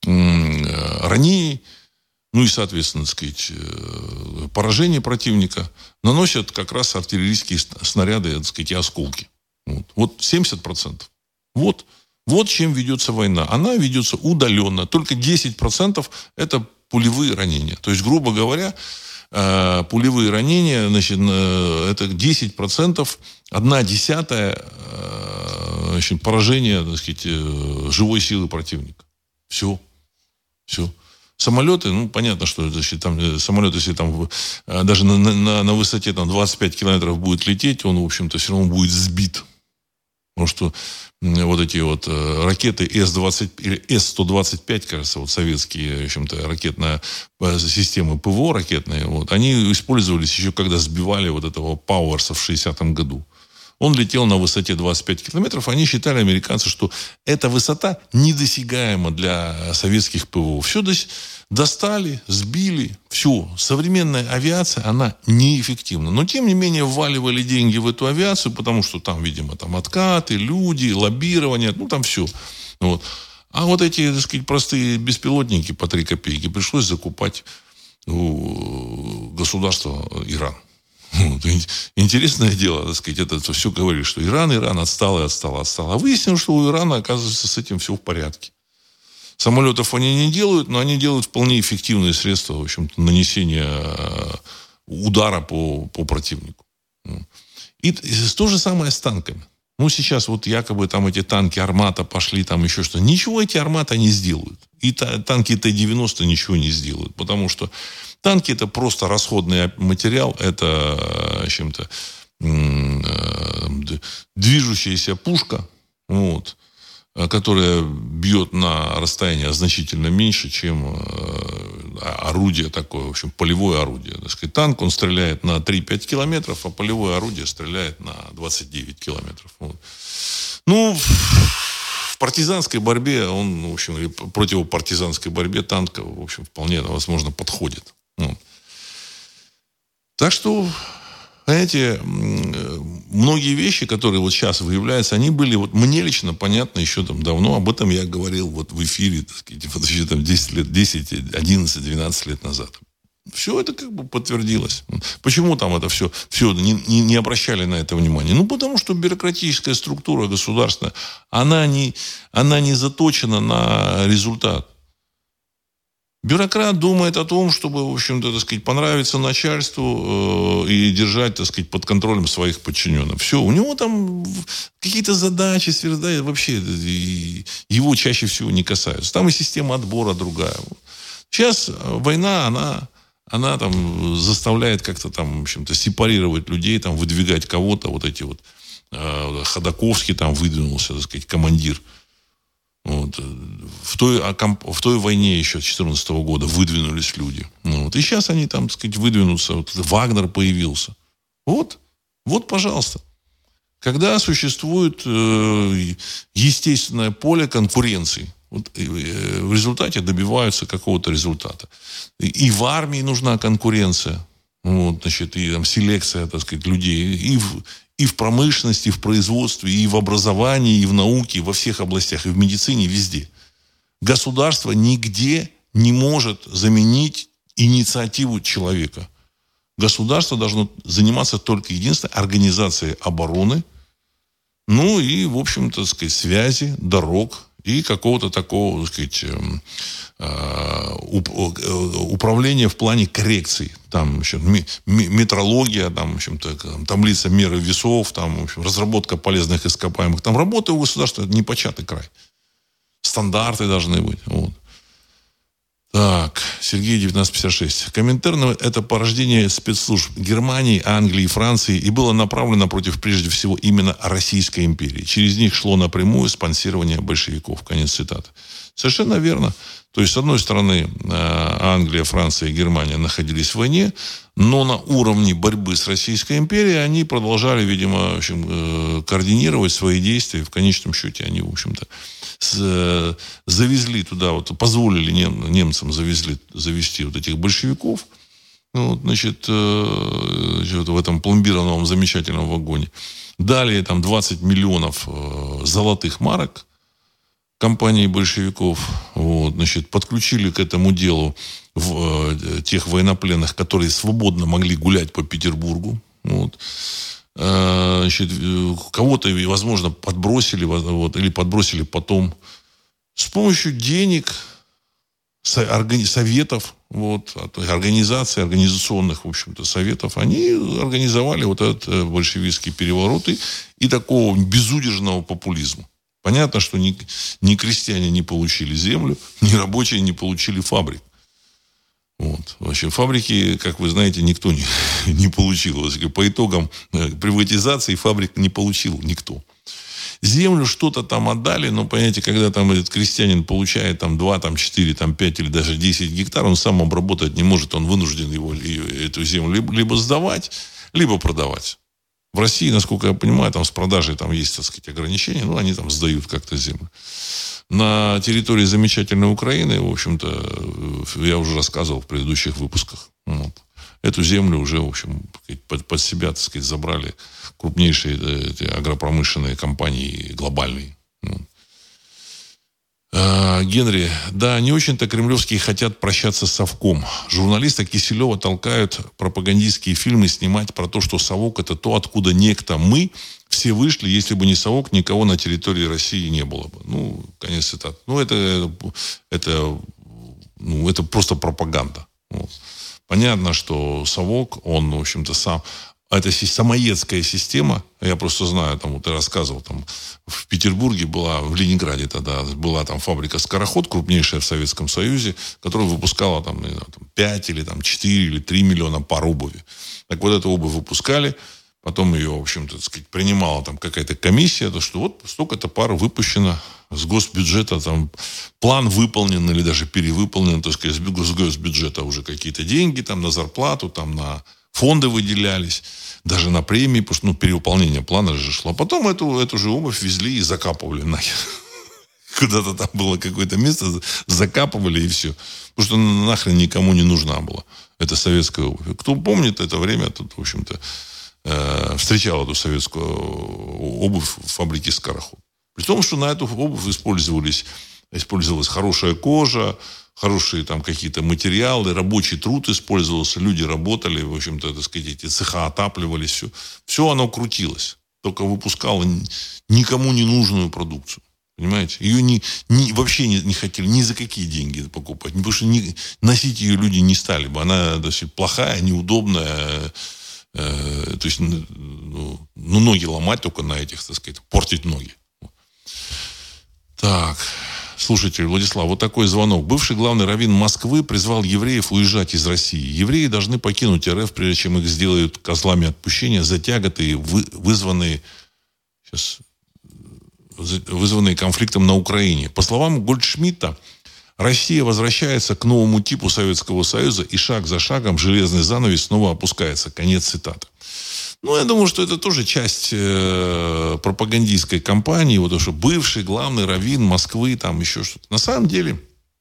ранений, и, соответственно, так сказать, поражение противника наносят как раз артиллерийские снаряды, так сказать, и осколки. Вот 70%. Вот чем ведется война. Она ведется удаленно. Только 10% это пулевые ранения. То есть, грубо говоря, пулевые ранения, значит, это 10%, 1/10, значит, поражение, так сказать, живой силы противника. Все. Самолеты, понятно, что значит, там, самолет, если там даже на высоте там, 25 километров будет лететь, он, в общем-то, все равно будет сбит. Потому что вот эти вот ракеты С-20 или С-125, кажется, вот советские, в общем-то, ракетные системы ПВО ракетные, они использовались еще когда сбивали вот этого Пауэрса в 60-м году. Он летел на высоте 25 километров. Они считали, американцы, что эта высота недосягаема для советских ПВО. Все достали, сбили. Все. Современная авиация, она неэффективна. Но, тем не менее, вваливали деньги в эту авиацию, потому что там, видимо, там откаты, люди, лоббирование, там все. Вот. А вот эти, так сказать, простые беспилотники по 3 копейки пришлось закупать у государства Иран. Интересное дело, так сказать, это все говорит, что Иран отстал. А выяснилось, что у Ирана, оказывается, с этим все в порядке. Самолетов они не делают, но они делают вполне эффективные средства, в общем-то, нанесения удара по противнику. И то же самое с танками. Сейчас вот якобы там эти танки Армата пошли, там еще что-то. Ничего эти Армата не сделают. И танки Т-90 ничего не сделают. Потому что танки это просто расходный материал. Это чем-то движущаяся пушка. Вот, которая бьет на расстояние значительно меньше, чем орудие такое, в общем, полевое орудие. Так сказать, танк, он стреляет на 3-5 километров, а полевое орудие стреляет на 29 километров. Вот. Ну, в партизанской борьбе, он, в общем, противопартизанской борьбе танк, в общем, вполне, возможно, подходит. Вот. Так что, понимаете, многие вещи, которые вот сейчас выявляются, они были вот мне лично понятны еще там давно. Об этом я говорил вот в эфире, так сказать, вот еще там 10, 11, 12 лет назад. Все это как бы подтвердилось. Почему там это все не обращали на это внимания? Ну, потому что бюрократическая структура государственная, она не заточена на результат. Бюрократ думает о том, чтобы, в общем-то, так сказать, понравиться начальству и держать, так сказать, под контролем своих подчиненных. Все, у него там какие-то задачи, вообще его чаще всего не касаются. Там и система отбора другая. Сейчас война, она там заставляет как-то там, в общем-то, сепарировать людей, там, выдвигать кого-то, вот эти вот Ходаковский там выдвинулся, так сказать, командир. Вот. В той войне еще 2014 года выдвинулись люди. Вот. И сейчас они там, так сказать, выдвинутся. Вот, Вагнер появился. Вот, пожалуйста. Когда существует естественное поле конкуренции, вот, в результате добиваются какого-то результата. И в армии нужна конкуренция. Вот, значит, и там селекция, так сказать, людей. И в промышленности, и в производстве, и в образовании, и в науке, во всех областях, и в медицине, везде. Государство нигде не может заменить инициативу человека. Государство должно заниматься только единственной организацией обороны, ну и, в общем-то, так сказать, связи, дорог и какого-то такого, так сказать, управления в плане коррекций. Там еще метрология, там, в общем-то, таблица меры весов, там, в общем, разработка полезных ископаемых. Там работа у государства — это непочатый край. Стандарты должны быть. Вот. Так, Сергей, 1956. Коминтерн — это порождение спецслужб Германии, Англии, Франции и было направлено против, прежде всего, именно Российской империи. Через них шло напрямую спонсирование большевиков. Конец цитаты. Совершенно верно. То есть, с одной стороны, Англия, Франция и Германия находились в войне, но на уровне борьбы с Российской империей они продолжали, видимо, в общем, координировать свои действия. В конечном счете они, в общем-то, завезли туда, вот, позволили немцам завести вот этих большевиков, ну, вот, значит, в этом пломбированном замечательном вагоне. Дали там 20 миллионов золотых марок компании большевиков. Вот, значит, подключили к этому делу тех военнопленных, которые свободно могли гулять по Петербургу. Вот. Значит, кого-то, возможно, подбросили, вот, или подбросили потом с помощью денег, советов, вот, организаций, организационных, в общем-то, советов. Они организовали вот этот большевистский переворот и такого безудержного популизма. Понятно, что ни крестьяне не получили землю, ни рабочие не получили фабрик. Вот. Вообще, фабрики, как вы знаете, никто не получил. По итогам приватизации фабрик не получил никто. Землю что-то там отдали, но, понимаете, когда там этот крестьянин получает там 2, там 4, там 5 или даже 10 гектар, он сам обработать не может, он вынужден эту землю либо сдавать, либо продавать. В России, насколько я понимаю, там с продажей там есть, так сказать, ограничения, но они там сдают как-то землю. На территории замечательной Украины, в общем-то, я уже рассказывал в предыдущих выпусках. Вот. Эту землю уже, в общем, под себя, так сказать, забрали крупнейшие агропромышленные компании глобальные. Генри, да, не очень-то кремлевские хотят прощаться с совком. Журналиста Киселева толкают пропагандистские фильмы снимать про то, что совок — это то, откуда некто мы все вышли. Если бы не совок, никого на территории России не было бы. Ну, конец цитаты. Ну, это просто пропаганда. Вот. Понятно, что совок, он, в общем-то, сам это самоедская система. Я просто знаю, там, вот я рассказывал, там, в Петербурге была, в Ленинграде тогда была там фабрика «Скороход», крупнейшая в Советском Союзе, которая выпускала там, 5 или там, 4 или 3 миллиона пар обуви. Так вот, эту обувь выпускали, потом ее, в общем-то, так сказать, принимала там какая-то комиссия, то что вот столько-то пар выпущено с госбюджета, там, план выполнен или даже перевыполнен, так сказать, с госбюджета уже какие-то деньги там на зарплату, там на фонды выделялись, даже на премии, потому что перевыполнение плана же шло. А потом эту же обувь везли и закапывали нахер. Куда-то там было какое-то место, закапывали и все. Потому что нахрен никому не нужна была эта советская обувь. Кто помнит это время, тут, в общем-то, встречал эту советскую обувь в фабрике «Скороход». При том, что на эту обувь использовалась хорошая кожа, хорошие там какие-то материалы, рабочий труд использовался, люди работали, в общем-то, так сказать, эти цеха отапливались, все оно крутилось. Только выпускало никому не нужную продукцию. Понимаете? Ее вообще не хотели ни за какие деньги покупать. Потому что носить ее люди не стали бы. Она плохая, неудобная. То есть, ноги ломать только на этих, так сказать, портить ноги. Так, слушайте, Владислав, вот такой звонок. Бывший главный раввин Москвы призвал евреев уезжать из России. Евреи должны покинуть РФ, прежде чем их сделают козлами отпущения за тяготы, вызванные конфликтом на Украине. По словам Гольдшмидта, Россия возвращается к новому типу Советского Союза, и шаг за шагом железный занавес снова опускается. Конец цитаты. Я думаю, что это тоже часть пропагандистской кампании, вот, что бывший главный раввин Москвы, там еще что-то. На самом деле,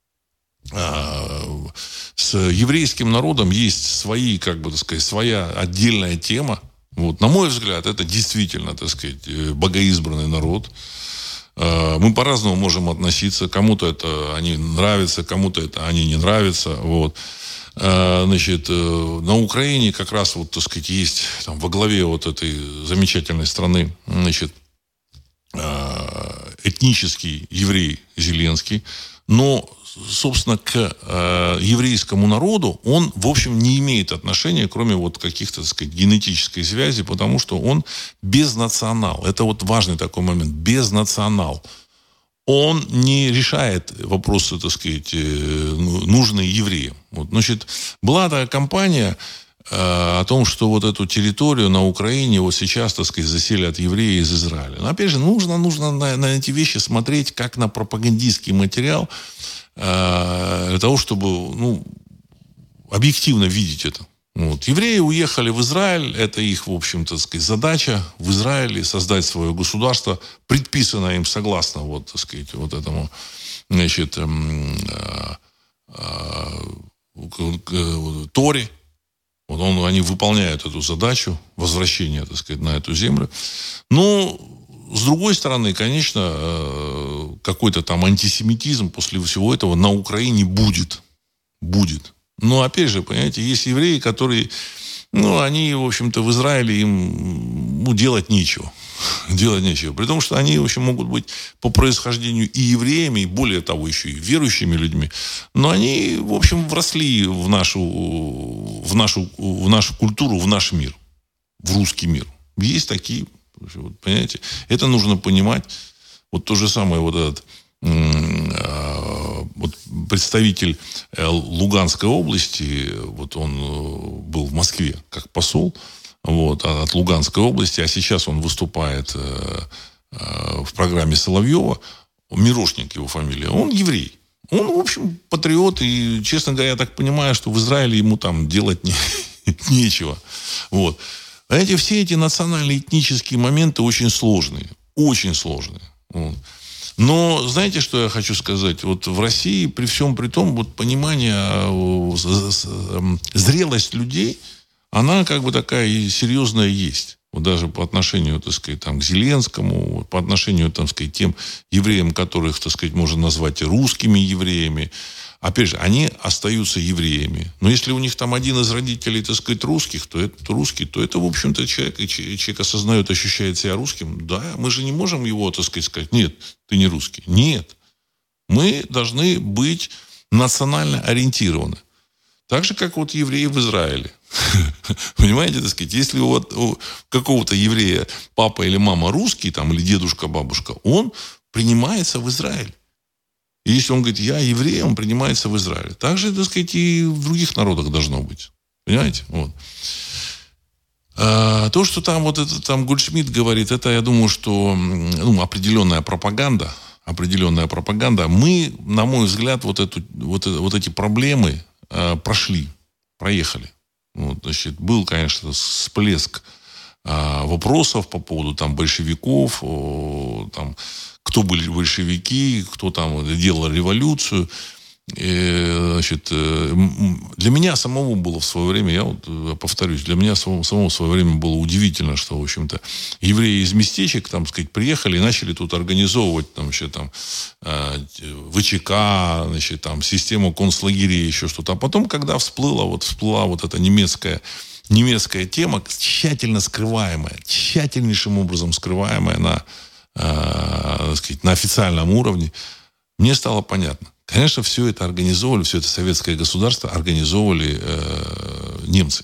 с еврейским народом есть свои, своя отдельная тема. Вот, на мой взгляд, это действительно, так сказать, богоизбранный народ. Мы по-разному можем относиться. Кому-то это они нравятся, кому-то это они не нравятся. Вот. Значит, на Украине как раз, вот, так сказать, есть там, во главе вот этой замечательной страны, значит, этнический еврей Зеленский. Но, собственно, к еврейскому народу он, в общем, не имеет отношения, кроме вот каких-то, так сказать, генетической связи, потому что он безнационал. Это вот важный такой момент. Безнационал. Он не решает вопросы, так сказать, нужные евреям. Вот, значит, была такая кампания о том, что вот эту территорию на Украине вот сейчас, так сказать, заселят евреи из Израиля. Но, опять же, нужно на эти вещи смотреть как на пропагандистский материал, для того, чтобы, объективно видеть это. Вот. Евреи уехали в Израиль, это их, в общем-то, так сказать, задача в Израиле создать свое государство, предписанное им согласно, вот, так сказать, вот этому, значит, Торе. Вот они выполняют эту задачу возвращения, так сказать, на эту землю. Но, с другой стороны, конечно, какой-то там антисемитизм после всего этого на Украине будет. Будет. Но, опять же, понимаете, есть евреи, которые, они, в общем-то, в Израиле им, делать нечего. Делать нечего. При том, что они, в общем, могут быть по происхождению и евреями, и более того, еще и верующими людьми. Но они, в общем, вросли в нашу культуру, в наш мир. В русский мир. Есть такие, понимаете. Это нужно понимать. Вот то же самое вот этот вот представитель Луганской области, вот он был в Москве как посол, вот, от Луганской области, а сейчас он выступает в программе Соловьева, Мирошник его фамилия, он еврей. Он, в общем, патриот, и, честно говоря, я так понимаю, что в Израиле ему там делать нечего. Вот. Понимаете, все эти национально-этнические моменты очень сложные. Очень сложные. Вот. Но знаете, что я хочу сказать? Вот в России, при всем при том, вот понимание, зрелость людей, она как бы такая и серьезная есть. Вот даже по отношению, так сказать, там, к Зеленскому, по отношению, так сказать, тем евреям, которых, так сказать, можно назвать и русскими евреями. Опять же, они остаются евреями. Но если у них там один из родителей, так сказать, русских, то это русский, то это, в общем-то, человек осознает, ощущает себя русским. Да, мы же не можем его, так сказать, нет, ты не русский. Нет. Мы должны быть национально ориентированы. Так же, как вот евреи в Израиле. Понимаете, так сказать, если вот у какого-то еврея папа или мама русский, там, или дедушка, бабушка, он принимается в Израиль. И если он говорит, я еврей, он принимается в Израиле. Так же, так сказать, и в других народах должно быть. Понимаете? Вот. А то, что там вот это там Гольдшмидт говорит, это, я думаю, что определенная пропаганда. Определенная пропаганда. Мы, на мой взгляд, вот эти проблемы проехали. Вот, значит, был, конечно, всплеск вопросов по поводу там большевиков, там, кто были большевики, кто там делал революцию. Значит, для меня самому было в свое время, я вот повторюсь, для меня самому в свое время было удивительно, что, в общем-то, евреи из местечек, там, сказать, приехали и начали тут организовывать, там, еще там, ВЧК, значит, там, систему концлагерей, еще что-то. А потом, когда всплыла вот эта немецкая тема, тщательно скрываемая, тщательнейшим образом скрываемая так сказать, на официальном уровне, мне стало понятно. Конечно, все это организовывали, все это советское государство организовывали немцы.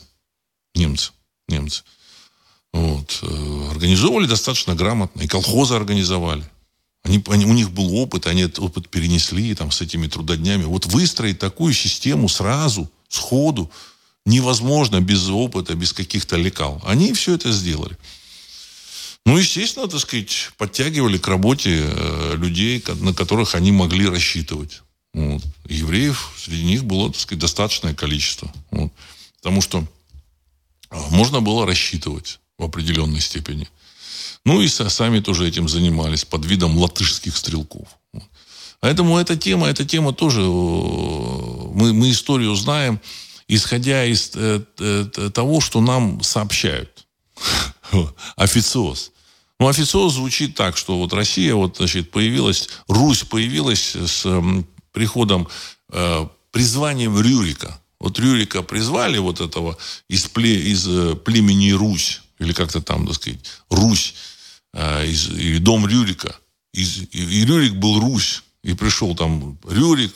Вот. Организовывали достаточно грамотно. И колхозы организовали. У них был опыт, они этот опыт перенесли там, с этими трудоднями. Вот выстроить такую систему сразу, сходу, невозможно без опыта, без каких-то лекал. Они все это сделали. Ну, естественно, так сказать, подтягивали к работе людей, на которых они могли рассчитывать. Вот. Евреев среди них было, так сказать, достаточное количество. Вот. Потому что можно было рассчитывать в определенной степени. Ну, и сами тоже этим занимались под видом латышских стрелков. Вот. Поэтому эта тема тоже... Мы историю знаем, исходя из того, что нам сообщают. Официоз. Ну, официоз звучит так, что вот Россия, вот, значит, Русь появилась с приходом, призванием Рюрика. Вот Рюрика призвали вот этого из племени Русь, или как-то там, так сказать, Русь, и дом Рюрика. И Рюрик был Русь. И пришел там Рюрик,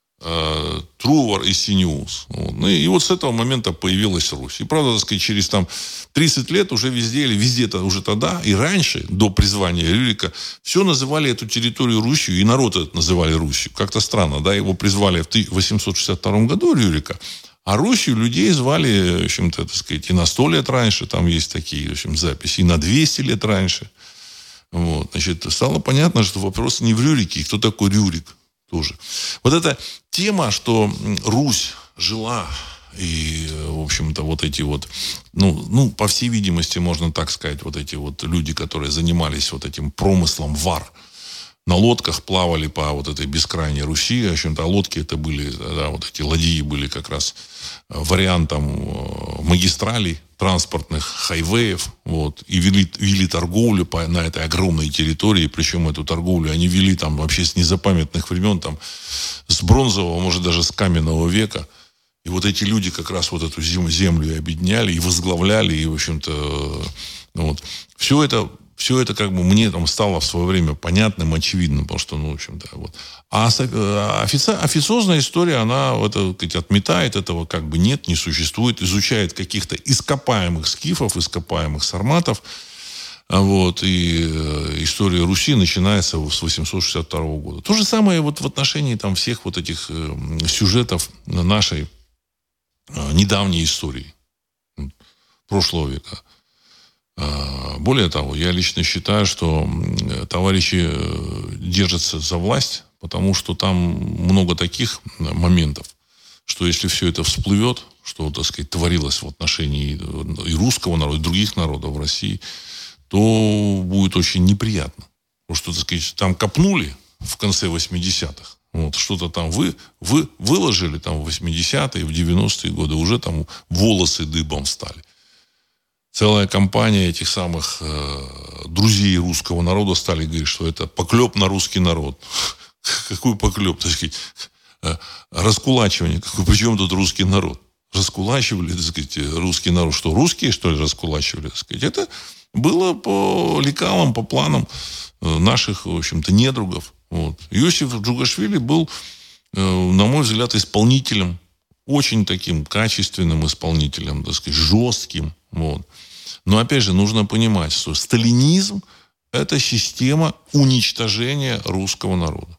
Трувор и Синиус. Вот. Ну, и вот с этого момента появилась Русь. И правда, так сказать, через там 30 лет уже везде уже тогда и раньше, до призвания Рюрика, все называли эту территорию Русью, и народ это называли Русью. Как-то странно, да, его призвали в 1862 году Рюрика, а Русью людей звали, в общем-то, так сказать, и на 100 лет раньше, там есть такие, в общем, записи, и на 200 лет раньше. Вот. Значит, стало понятно, что вопрос не в Рюрике, и кто такой Рюрик тоже. Вот эта тема, что Русь жила, и, в общем-то, вот эти вот, по всей видимости, можно так сказать, вот эти вот люди, которые занимались вот этим промыслом вар, на лодках плавали по вот этой бескрайней Руси, в общем-то, лодки это были, да, вот эти ладьи были как раз вариантом магистралей, транспортных хайвеев, вот, и вели торговлю на этой огромной территории, причем эту торговлю они вели там вообще с незапамятных времен, там, с бронзового, может, даже с каменного века. И вот эти люди как раз вот эту землю и объединяли, и возглавляли, и, в общем-то, вот. Все это как бы мне там стало в свое время понятным, очевидным, потому что, в общем-то, вот. А официозная история, она это, сказать, отметает этого, как бы нет, не существует, изучает каких-то ископаемых скифов, ископаемых сарматов, вот, и история Руси начинается с 862 года. То же самое вот в отношении там всех вот этих сюжетов нашей недавней истории прошлого века. Более того, я лично считаю, что товарищи держатся за власть, потому что там много таких моментов, что если все это всплывет, что, так сказать, творилось в отношении и русского народа, и других народов в России, то будет очень неприятно. Потому что, так сказать, там копнули в конце 80-х, вот, что-то там выложили там в 80-е, в 90-е годы, уже там волосы дыбом стали. Целая компания этих самых друзей русского народа стали говорить, что это поклеп на русский народ. Какой поклеп? Так сказать, раскулачивание. Причем тут русский народ? Раскулачивали, так сказать, русский народ. Что, русские, что ли, раскулачивали? Так сказать? Это было по лекалам, по планам наших, в общем-то, недругов. Вот. Иосиф Джугашвили был, на мой взгляд, исполнителем очень таким качественным исполнителем, так сказать, жестким. Вот. Но, опять же, нужно понимать, что сталинизм – это система уничтожения русского народа.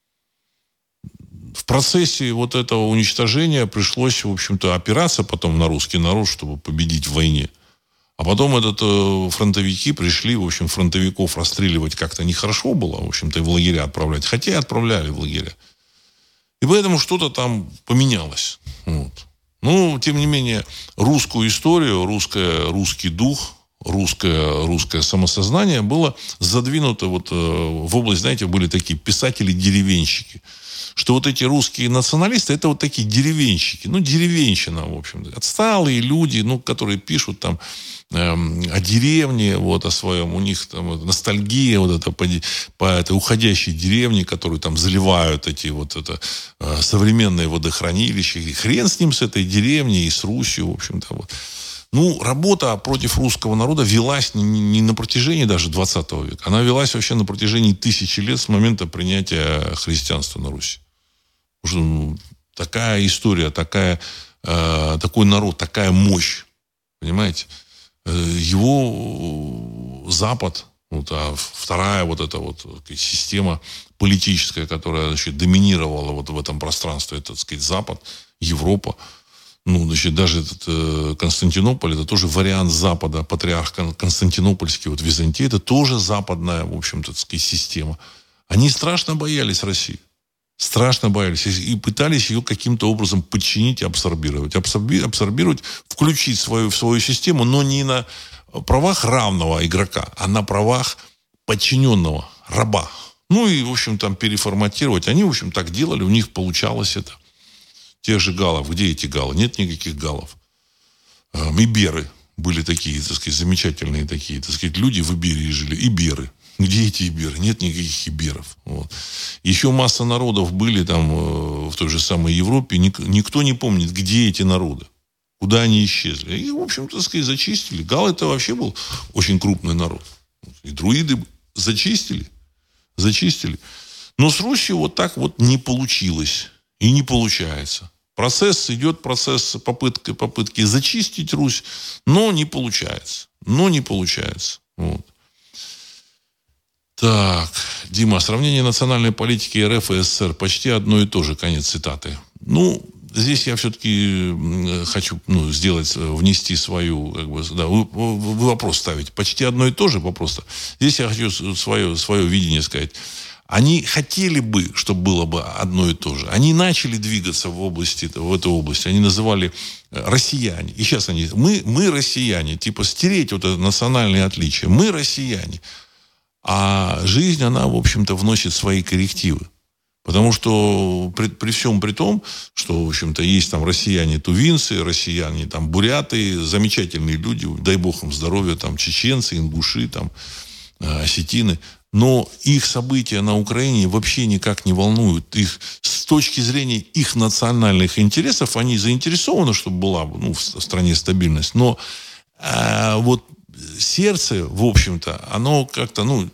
В процессе вот этого уничтожения пришлось, в общем-то, опираться потом на русский народ, чтобы победить в войне. А потом фронтовики пришли, в общем, фронтовиков расстреливать как-то нехорошо было, в общем-то, и в лагеря отправлять. Хотя и отправляли в лагеря. И поэтому что-то там поменялось. Вот. Но, тем не менее, русскую историю, русский дух, русское самосознание было задвинуто вот в область, знаете, были такие писатели-деревенщики. Что вот эти русские националисты, это вот такие деревенщики. Ну, деревенщина, в общем-то. Отсталые люди, ну, которые пишут там о деревне, вот, о своем. У них там вот, ностальгия вот это по этой уходящей деревне, которую там заливают эти вот это современные водохранилища. И хрен с ним, с этой деревней и с Русью, в общем-то. Вот. Ну, работа против русского народа велась не на протяжении даже 20 века. Она велась вообще на протяжении 1000 лет с момента принятия христианства на Руси. Потому что такая история, такой народ, такая мощь. Понимаете? Его Запад, вот, а вторая вот эта вот система политическая, которая, значит, доминировала вот в этом пространстве, это, так сказать, Запад, Европа. Ну, значит, даже этот Константинополь, это тоже вариант Запада, патриарх Константинопольский, вот Византия, это тоже западная, в общем-то, так сказать, система. Они страшно боялись России. Страшно боялись. И пытались ее каким-то образом подчинить и абсорбировать. Абсорбировать, включить в свою систему, но не на правах равного игрока, а на правах подчиненного, раба. Ну и, в общем, там переформатировать. Они, в общем, так делали, у них получалось это. Тех же галлов. Где эти галлы? Нет никаких галлов. Иберы были такие, так сказать, замечательные такие, так сказать, люди в Иберии жили. Иберы. Где эти иберы? Нет никаких иберов. Вот. Еще масса народов были там в той же самой Европе. Никто не помнит, где эти народы. Куда они исчезли. И, в общем-то, так сказать, зачистили. Галлы это вообще был очень крупный народ. И друиды зачистили. Но с Русью вот так вот не получилось. И не получается. Идет процесс попытки зачистить Русь, но не получается. Вот. Так, Дима, сравнение национальной политики РФ и СССР почти одно и то же, конец цитаты. Ну, здесь я все-таки хочу внести свою, вы вопрос ставите. Почти одно и то же вопрос. Здесь я хочу свое видение сказать. Они хотели бы, чтобы было бы одно и то же. Они начали двигаться в этой области. Они называли россияне. И сейчас мы россияне. Типа стереть вот это национальное отличие. Мы россияне. А жизнь, она, в общем-то, вносит свои коррективы. Потому что при всем при том, что, в общем-то, есть там россияне-тувинцы, россияне там буряты, замечательные люди, дай бог им здоровья, там чеченцы, ингуши, там осетины. Но их события на Украине вообще никак не волнуют. Их, с точки зрения их национальных интересов, они заинтересованы, чтобы была в стране стабильность. Но вот сердце, в общем-то, оно как-то,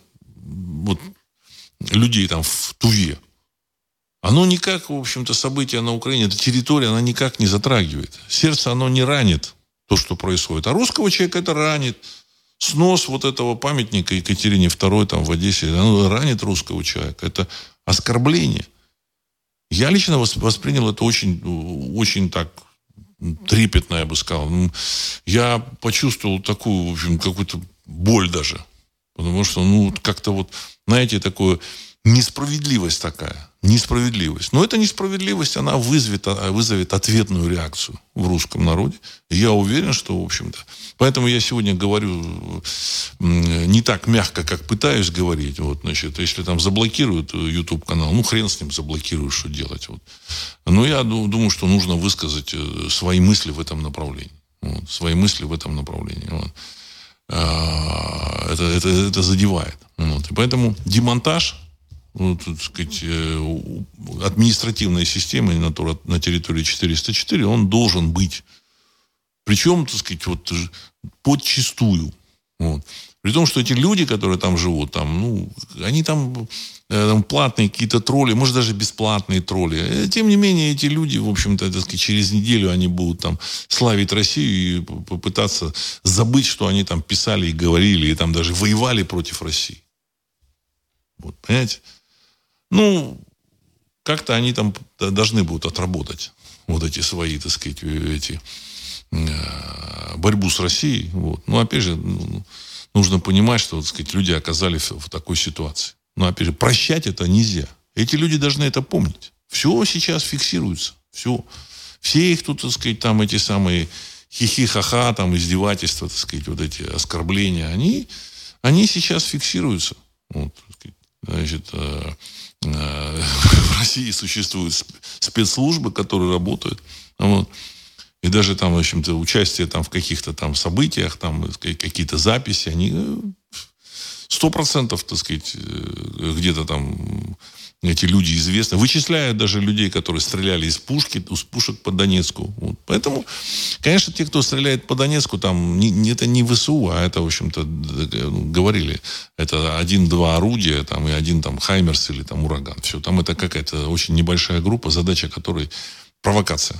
людей там в Туве, оно никак, в общем-то, события на Украине, эта территория, она никак не затрагивает. Сердце, оно не ранит то, что происходит. А русского человека это ранит. Снос вот этого памятника Екатерине II там в Одессе, оно ранит русского человека. Это оскорбление. Я лично воспринял это очень, очень так трепетно, я бы сказал. Я почувствовал такую, в общем, какую-то боль даже. Потому что, как-то вот, знаете, такую несправедливость такая. Несправедливость. Но эта несправедливость, она вызовет ответную реакцию в русском народе. И я уверен, что, в общем-то... Поэтому я сегодня говорю не так мягко, как пытаюсь говорить. Вот, значит, если там заблокируют YouTube-канал, хрен с ним заблокируют, что делать. Вот. Но я думаю, что нужно высказать свои мысли в этом направлении. Вот, свои мысли в этом направлении. Вот. Это задевает. Вот. И поэтому демонтаж, так сказать, административной системы на территории 404, он должен быть. Причем, так сказать, подчистую. Вот. При том, что эти люди, которые там живут, там, они там платные какие-то тролли, может, даже бесплатные тролли. Тем не менее, эти люди, в общем-то, так сказать, через неделю они будут там славить Россию и попытаться забыть, что они там писали и говорили, и там даже воевали против России. Вот, понимаете? Как-то они там должны будут отработать вот эти свои, так сказать, борьбу с Россией. Вот. Опять же, нужно понимать, что, так сказать, люди оказались в такой ситуации. Но, опять же, прощать это нельзя. Эти люди должны это помнить. Все сейчас фиксируется. Все. Все их тут, так сказать, там эти самые хихи-ха-ха, там издевательства, так сказать, вот эти оскорбления, они сейчас фиксируются. Вот, так сказать, значит, в России существуют спецслужбы, которые работают. Вот. И даже там, в общем-то, участие там в каких-то там событиях, там какие-то записи, они 100%, так сказать, где-то там эти люди известны. Вычисляют даже людей, которые стреляли из пушек по Донецку. Вот. Поэтому, конечно, те, кто стреляет по Донецку, там, это не ВСУ, а это, в общем-то, говорили, это 1-2 орудия, там, и 1 там Хаймерс или там Ураган. Все, там это какая-то очень небольшая группа, задача которой провокация.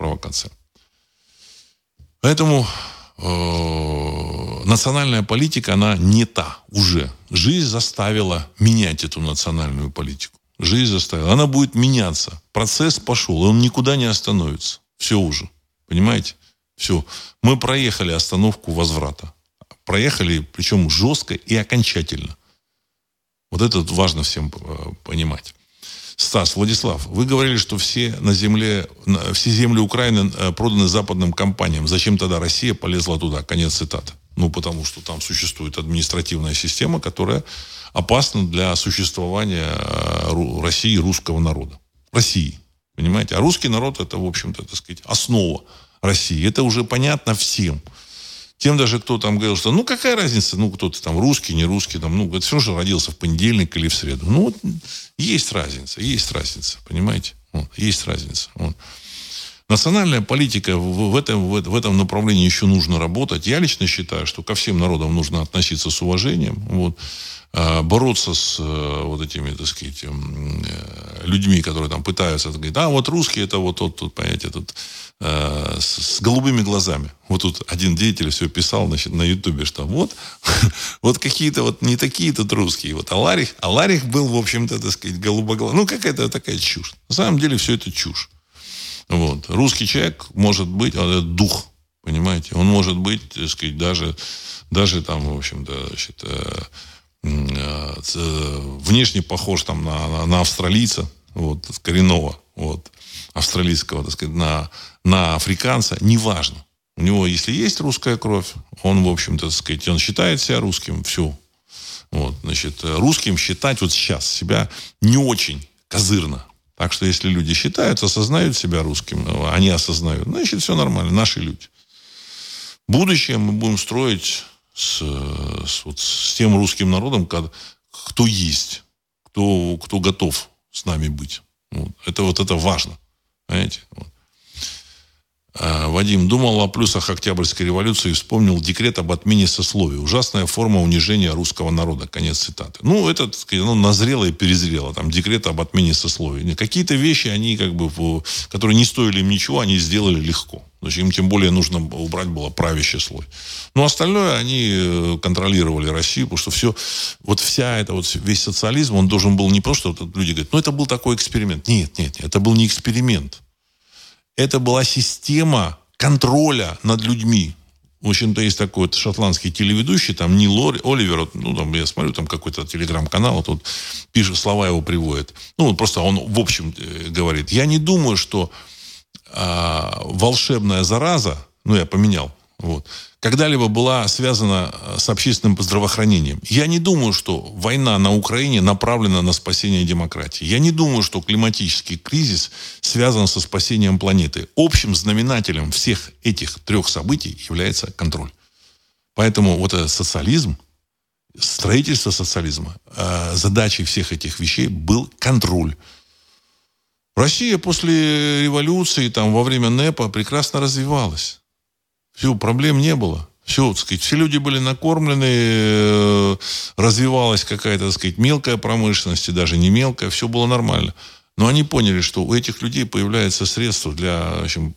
Поэтому национальная политика, она не та уже. Жизнь заставила менять эту национальную политику. Жизнь заставила. Она будет меняться. Процесс пошел, он никуда не остановится. Все уже. Понимаете? Все. Мы проехали остановку возврата. Проехали, причем жестко и окончательно. Вот это важно всем понимать. Стас, Владислав, вы говорили, что все земли Украины проданы западным компаниям. Зачем тогда Россия полезла туда? Конец цитаты. Потому что там существует административная система, которая опасна для существования России, русского народа. России. Понимаете? А русский народ, это, в общем-то, так сказать, основа России. Это уже понятно всем. Тем даже, кто там говорил, что, какая разница, кто-то там русский, не русский, там, это все же родился в понедельник или в среду. Есть разница, понимаете? Есть разница. Национальная политика в этом направлении еще нужно работать. Я лично считаю, что ко всем народам нужно относиться с уважением. Бороться с вот этими, так сказать, людьми, которые там пытаются говорить, вот русские, это вот тот, понимаете, с голубыми глазами. Вот тут один деятель все писал, на Ютубе, что вот какие-то не такие тут русские. Аларих был, в общем-то, так сказать, голубоглазый. Какая-то такая чушь. На самом деле все это чушь. Русский человек может быть, это дух, понимаете, он может быть, так сказать, даже там, в общем-то, значит, внешне похож там на австралийца, коренного, австралийского, так сказать, на африканца, неважно. У него, если есть русская кровь, он, в общем-то, так сказать, он считает себя русским, все. Русским считать сейчас себя не очень козырно. Так что, если люди считают, осознают себя русским, они осознают, значит, все нормально, наши люди. Будущее мы будем строить с тем русским народом, кто есть, кто готов с нами быть. Это важно. Понимаете? Вадим думал о плюсах Октябрьской революции и вспомнил декрет об отмене сословия. Ужасная форма унижения русского народа. Конец цитаты. Это, так сказать, назрело и перезрело. Там декрет об отмене сословия. Какие-то вещи, они которые не стоили им ничего, они сделали легко. Им тем более нужно убрать было правящий слой. Остальное они контролировали Россию, потому что весь социализм, он должен был не просто, люди говорят, это был такой эксперимент. Нет, это был не эксперимент. Это была система контроля над людьми. В общем-то, есть такой шотландский телеведущий, там Нил Оливер, я смотрю, там какой-то телеграм-канал, тут пишет, слова его приводит. Просто он, в общем, говорит, я не думаю, что волшебная зараза, я поменял, когда-либо была связана с общественным здравоохранением. Я не думаю, что война на Украине направлена на спасение демократии. Я не думаю, что климатический кризис связан со спасением планеты. Общим знаменателем всех этих 3 событий является контроль. Поэтому этот социализм, строительство социализма, задачей всех этих вещей был контроль. Россия после революции, во время НЭПа прекрасно развивалась. Все, проблем не было. Все, так сказать, все люди были накормлены, развивалась какая-то, так сказать, мелкая промышленность, и даже не мелкая, все было нормально. Но они поняли, что у этих людей появляются средства для, в общем,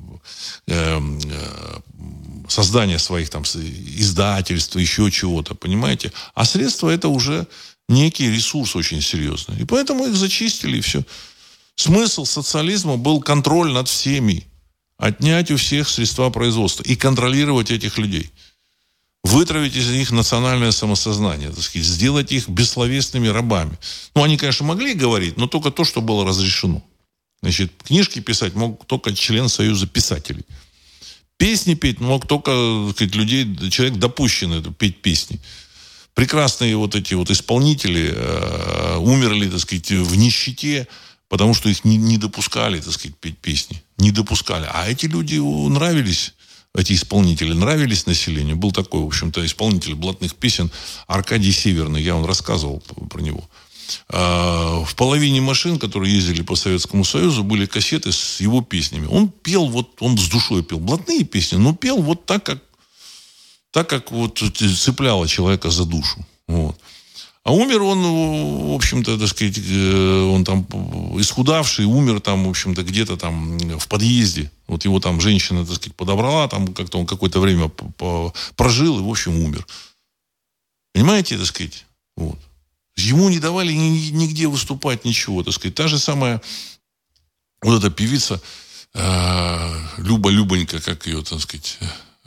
создания своих там издательств, еще чего-то, понимаете? А средства это уже некий ресурс очень серьезный. И поэтому их зачистили, и все. Смысл социализма был контроль над всеми. Отнять у всех средства производства и контролировать этих людей. Вытравить из них национальное самосознание, так сказать, сделать их бессловесными рабами. Ну, они, конечно, могли говорить, но только то, что было разрешено. Значит, книжки писать мог только член Союза писателей. Песни петь мог только, так сказать, человек допущенный петь песни. Прекрасные вот эти вот исполнители умерли, так сказать, в нищете, потому что их не допускали, так сказать, петь песни. Не допускали. А эти люди нравились, эти исполнители нравились населению. Был такой, в общем-то, исполнитель блатных песен Аркадий Северный. Я вам рассказывал про него. В половине машин, которые ездили по Советскому Союзу, были кассеты с его песнями. Он пел, вот он с душой пел блатные песни, но пел вот так, как вот цепляло человека за душу. Вот. А умер он, в общем-то, так сказать, он там исхудавший, умер там, в общем-то, где-то там в подъезде. Вот его там женщина, так сказать, подобрала, там как-то он какое-то время прожил и, в общем, умер. Понимаете, так сказать? Вот. Ему не давали нигде выступать, ничего, так сказать. Та же самая вот эта певица Любонька, как ее, так сказать,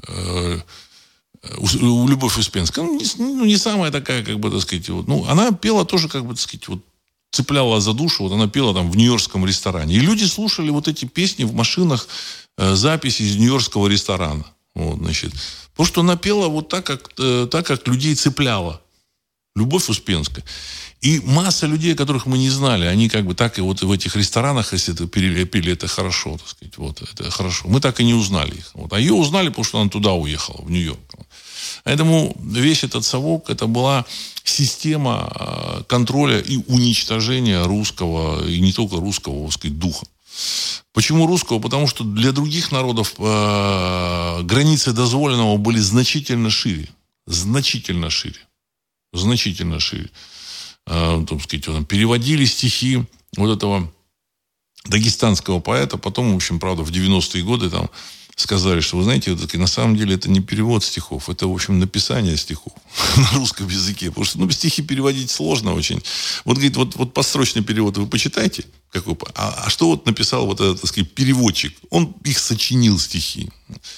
Любовь Успенская, не самая такая, как бы, так сказать, вот, она пела тоже, как бы, так сказать, вот, цепляла за душу, вот она пела там в нью-йоркском ресторане. И люди слушали вот эти песни в машинах, записи из нью-йоркского ресторана. Вот, значит. Потому что она пела вот так, как людей цепляла. Любовь Успенская. И масса людей, которых мы не знали, они как бы так и вот в этих ресторанах, если это пели, это хорошо, так сказать, вот, это хорошо. Мы так и не узнали их. Вот. А ее узнали, потому что она туда уехала, в Нью-Йорк. Поэтому весь этот совок, это была система контроля и уничтожения русского, и не только русского, так сказать, духа. Почему русского? Потому что для других народов границы дозволенного были значительно шире. Значительно шире. Значительно шире. Так сказать, переводили стихи вот этого дагестанского поэта. Потом, в общем, правда, в 90-е годы там сказали, что, вы знаете, вот, на самом деле это не перевод стихов, это, в общем, написание стихов на русском языке. Потому что стихи переводить сложно очень. Вот, говорит, вот построчный перевод вы почитайте. А что вот написал вот этот, так сказать, переводчик? Он их сочинил, стихи.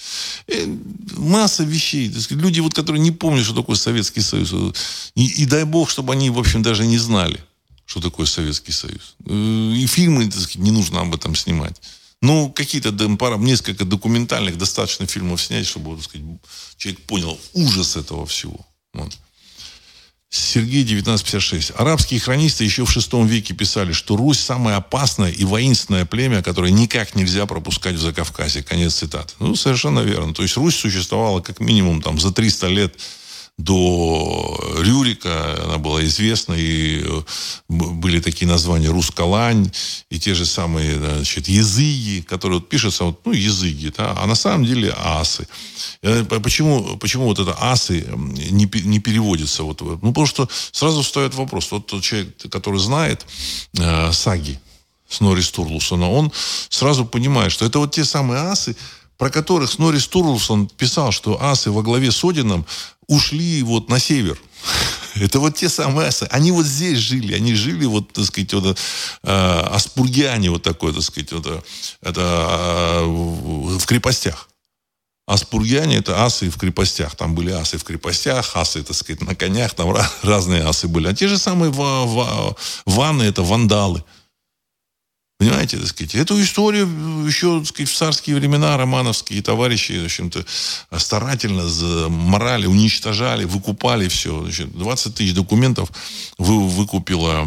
Масса вещей. Так сказать, люди, вот, которые не помнят, что такое Советский Союз. И дай бог, чтобы они, в общем, даже не знали, что такое Советский Союз. И фильмы, так сказать, не нужно об этом снимать. Какие-то несколько документальных достаточно фильмов снять, чтобы, так сказать, человек понял ужас этого всего. Вот. Сергей, 1956. Арабские хронисты еще в VI веке писали, что Русь самое опасное и воинственное племя, которое никак нельзя пропускать в Закавказье. Конец цитаты. Совершенно верно. То есть Русь существовала как минимум там, за 300 лет до Рюрика, она была известна, и были такие названия Рускалань, и те же самые, значит, языги, которые вот пишутся, языги, да, а на самом деле асы. Почему вот это асы не переводится? Потому что сразу встает вопрос. Вот тот человек, который знает саги Снорри Стурлусона, он сразу понимает, что это вот те самые асы, про которых Снорри Стурлусон писал, что асы во главе с Одином ушли вот на север. Это вот те самые асы. Они вот здесь жили. Они жили, вот, так сказать, аспургиане, вот такой, так сказать, это в крепостях. Аспургиане — это асы в крепостях. Там были асы в крепостях, асы, так сказать, на конях. Там разные асы были. А те же самые ванны — это вандалы. Понимаете, так сказать, эту историю еще, так сказать, в царские времена романовские товарищи, в общем-то, старательно морали, уничтожали, выкупали все. Значит, 20 тысяч документов выкупила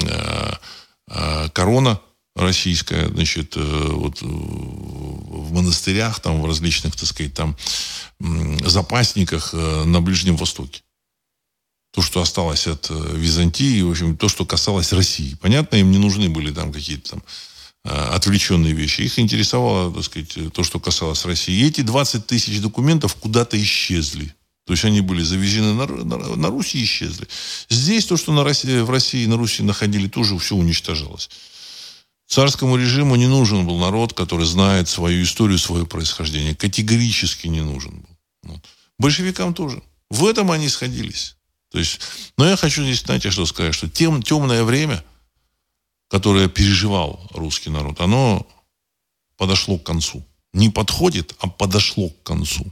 корона российская, значит, вот в монастырях, там, в различных, так сказать, там, запасниках на Ближнем Востоке. То, что осталось от Византии, в общем, то, что касалось России. Понятно, им не нужны были там какие-то там отвлеченные вещи. Их интересовало, так сказать, то, что касалось России. И эти 20 тысяч документов куда-то исчезли. То есть они были завезены на Русь и исчезли. Здесь то, что в России и на Руси находили, тоже все уничтожалось. Царскому режиму не нужен был народ, который знает свою историю, свое происхождение. Категорически не нужен был. Вот. Большевикам тоже. В этом они сходились. То есть, но я хочу здесь, знаете, что сказать, что темное время, которое переживал русский народ, оно подошло к концу. Не подходит, а подошло к концу.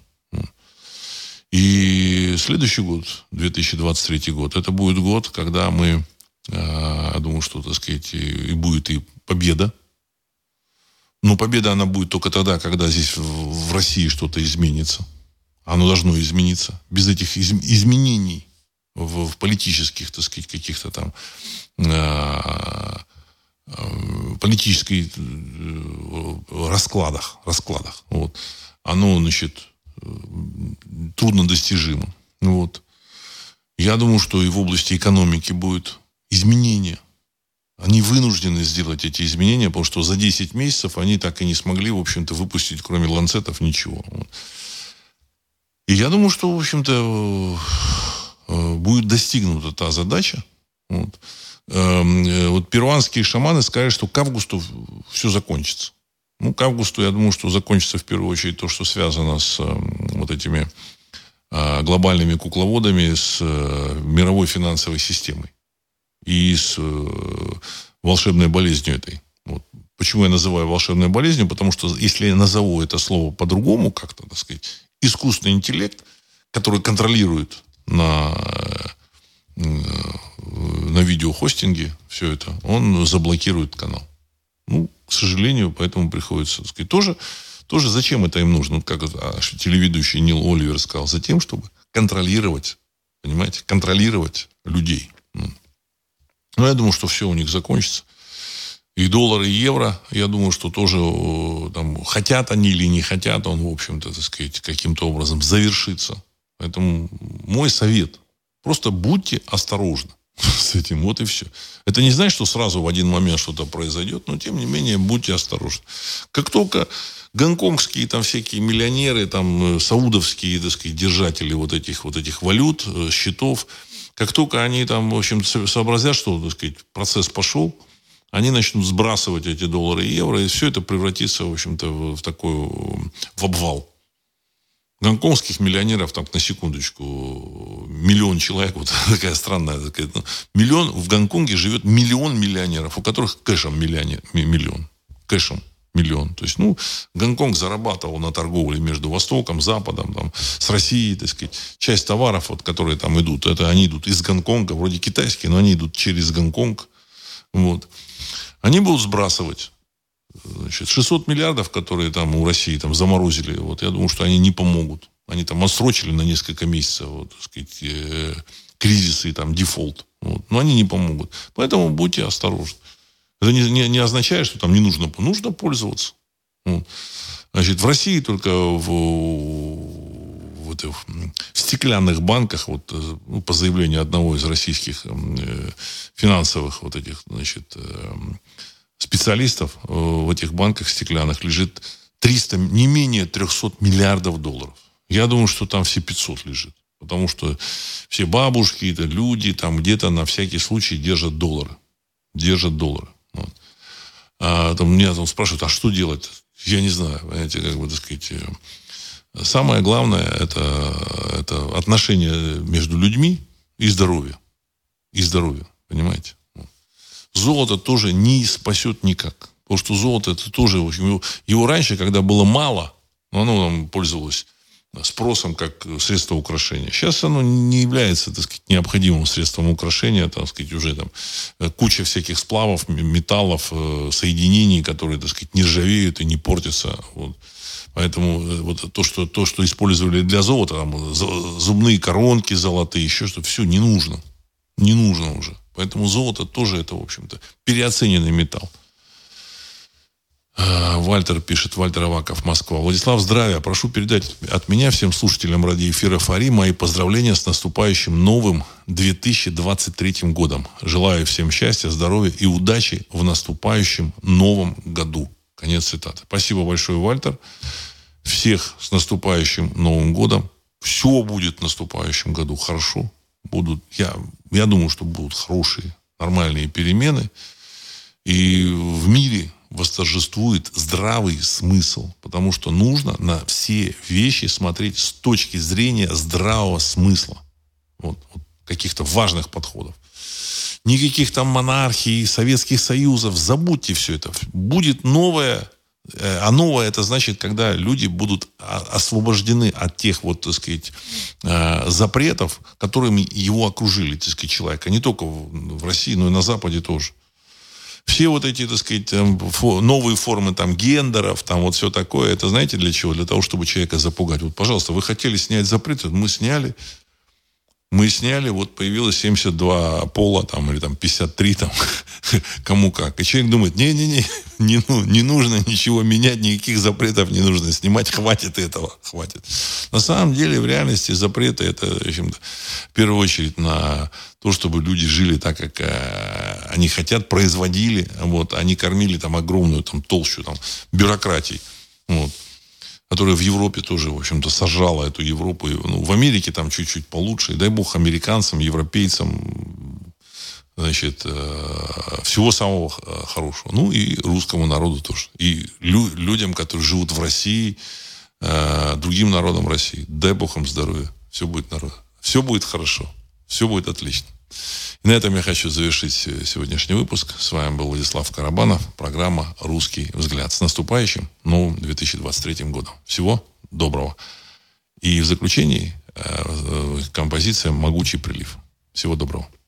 И следующий год, 2023 год, это будет год, когда мы, я думаю, что, так сказать, и будет и победа. Но победа, она будет только тогда, когда здесь в России что-то изменится. Оно должно измениться. Без этих изменений в политических, так сказать, каких-то там политических раскладах. Вот. Оно, значит, труднодостижимо. Вот. Я думаю, что и в области экономики будет изменение. Они вынуждены сделать эти изменения, потому что за 10 месяцев они так и не смогли, в общем-то, выпустить, кроме ланцетов, ничего. Вот. И я думаю, что, в общем-то, будет достигнута та задача. Вот. Вот перуанские шаманы сказали, что к августу все закончится. Ну, к августу, я думаю, что закончится в первую очередь то, что связано с вот этими глобальными кукловодами, с мировой финансовой системой и с волшебной болезнью этой. Вот. Почему я называю волшебной болезнью? Потому что если я назову это слово по-другому как-то, так сказать, искусственный интеллект, который контролирует на видеохостинге все это, он заблокирует канал. Ну, к сожалению, поэтому приходится, так сказать, тоже зачем это им нужно? Вот как телеведущий Нил Оливер сказал, за тем, чтобы контролировать, понимаете, контролировать людей. Но я думаю, что все у них закончится. И доллар, и евро, я думаю, что тоже там, хотят они или не хотят, он, в общем-то, так сказать, каким-то образом завершится. Поэтому мой совет, просто будьте осторожны с этим, вот и все. Это не значит, что сразу в один момент что-то произойдет, но, тем не менее, будьте осторожны. Как только гонконгские там всякие миллионеры, там, саудовские, так сказать, держатели вот этих валют, счетов, как только они там, в общем, сообразят, что, так сказать, процесс пошел, они начнут сбрасывать эти доллары и евро, и все это превратится, в общем-то, в обвал. Гонконгских миллионеров, там, на секундочку, 1 миллион человек, вот такая странная, миллион, в Гонконге живет 1 миллион миллионеров, у которых кэшем миллион. Кэшем миллион. То есть, ну, Гонконг зарабатывал на торговле между Востоком, Западом, там, с Россией, так сказать. Часть товаров, вот, которые там идут, это они идут из Гонконга, вроде китайские, но они идут через Гонконг. Вот. Они будут сбрасывать. Значит, 600 миллиардов, которые там у России там заморозили, вот, я думаю, что они не помогут. Они там отсрочили на несколько месяцев, вот, так сказать, кризисы и там дефолт. Вот. Но они не помогут. Поэтому будьте осторожны. Это не означает, что там не нужно пользоваться. Вот. Значит, в России только в стеклянных банках, вот, ну, по заявлению одного из российских финансовых вот этих, значит, специалистов, в этих банках стеклянных лежит не менее 300 миллиардов долларов. Я думаю, что там все 500 лежит. Потому что все бабушки, это люди, там где-то на всякий случай держат доллары. Вот. Там меня там спрашивают, а что делать? Я не знаю. Понимаете, как бы, так сказать, самое главное это отношения между людьми и здоровье. Понимаете? Золото тоже не спасет никак. Потому что золото, это тоже, в общем, его раньше, когда было мало, оно там пользовалось спросом как средство украшения. Сейчас оно не является, так сказать, необходимым средством украшения. Так сказать, уже там куча всяких сплавов, металлов, соединений, которые, так сказать, не ржавеют и не портятся. Вот. Поэтому вот то, что использовали для золота, там, зубные коронки золотые, еще что-то, все не нужно. Не нужно уже. Поэтому золото тоже это, в общем-то, переоцененный металл. Вальтер пишет, Вальтер Аваков, Москва. Владислав, здравия. Прошу передать от меня всем слушателям радиоэфира Фари мои поздравления с наступающим новым 2023 годом. Желаю всем счастья, здоровья и удачи в наступающем новом году. Конец цитаты. Спасибо большое, Вальтер. Всех с наступающим Новым годом. Все будет в наступающем году хорошо. Я думаю, что будут хорошие, нормальные перемены. И в мире восторжествует здравый смысл. Потому что нужно на все вещи смотреть с точки зрения здравого смысла. Вот каких-то важных подходов. Никаких там монархий, Советских Союзов. Забудьте все это. Будет новое. А новое, это значит, когда люди будут освобождены от тех, так сказать, запретов, которыми его окружили, так сказать, человека. Не только в России, но и на Западе тоже. Все эти, так сказать, новые формы гендеров, все такое, это знаете для чего? Для того, чтобы человека запугать. Пожалуйста, вы хотели снять запреты, мы сняли. Появилось 72 пола, или 53, кому как. И человек думает, не нужно ничего менять, никаких запретов не нужно снимать, хватит этого, хватит. На самом деле, в реальности запреты, это, в общем-то, в первую очередь на то, чтобы люди жили так, как они хотят, производили, они кормили огромную толщу бюрократии, которая в Европе тоже, в общем-то, сожрала эту Европу. В Америке чуть-чуть получше. И дай бог американцам, европейцам, всего самого хорошего. И русскому народу тоже. И людям, которые живут в России, другим народам России. Дай бог им здоровья. Все будет хорошо. Все будет отлично. И на этом я хочу завершить сегодняшний выпуск. С вами был Владислав Карабанов. Программа «Русский взгляд». С наступающим новым 2023 годом. Всего доброго. И в заключении композиция «Могучий прилив». Всего доброго.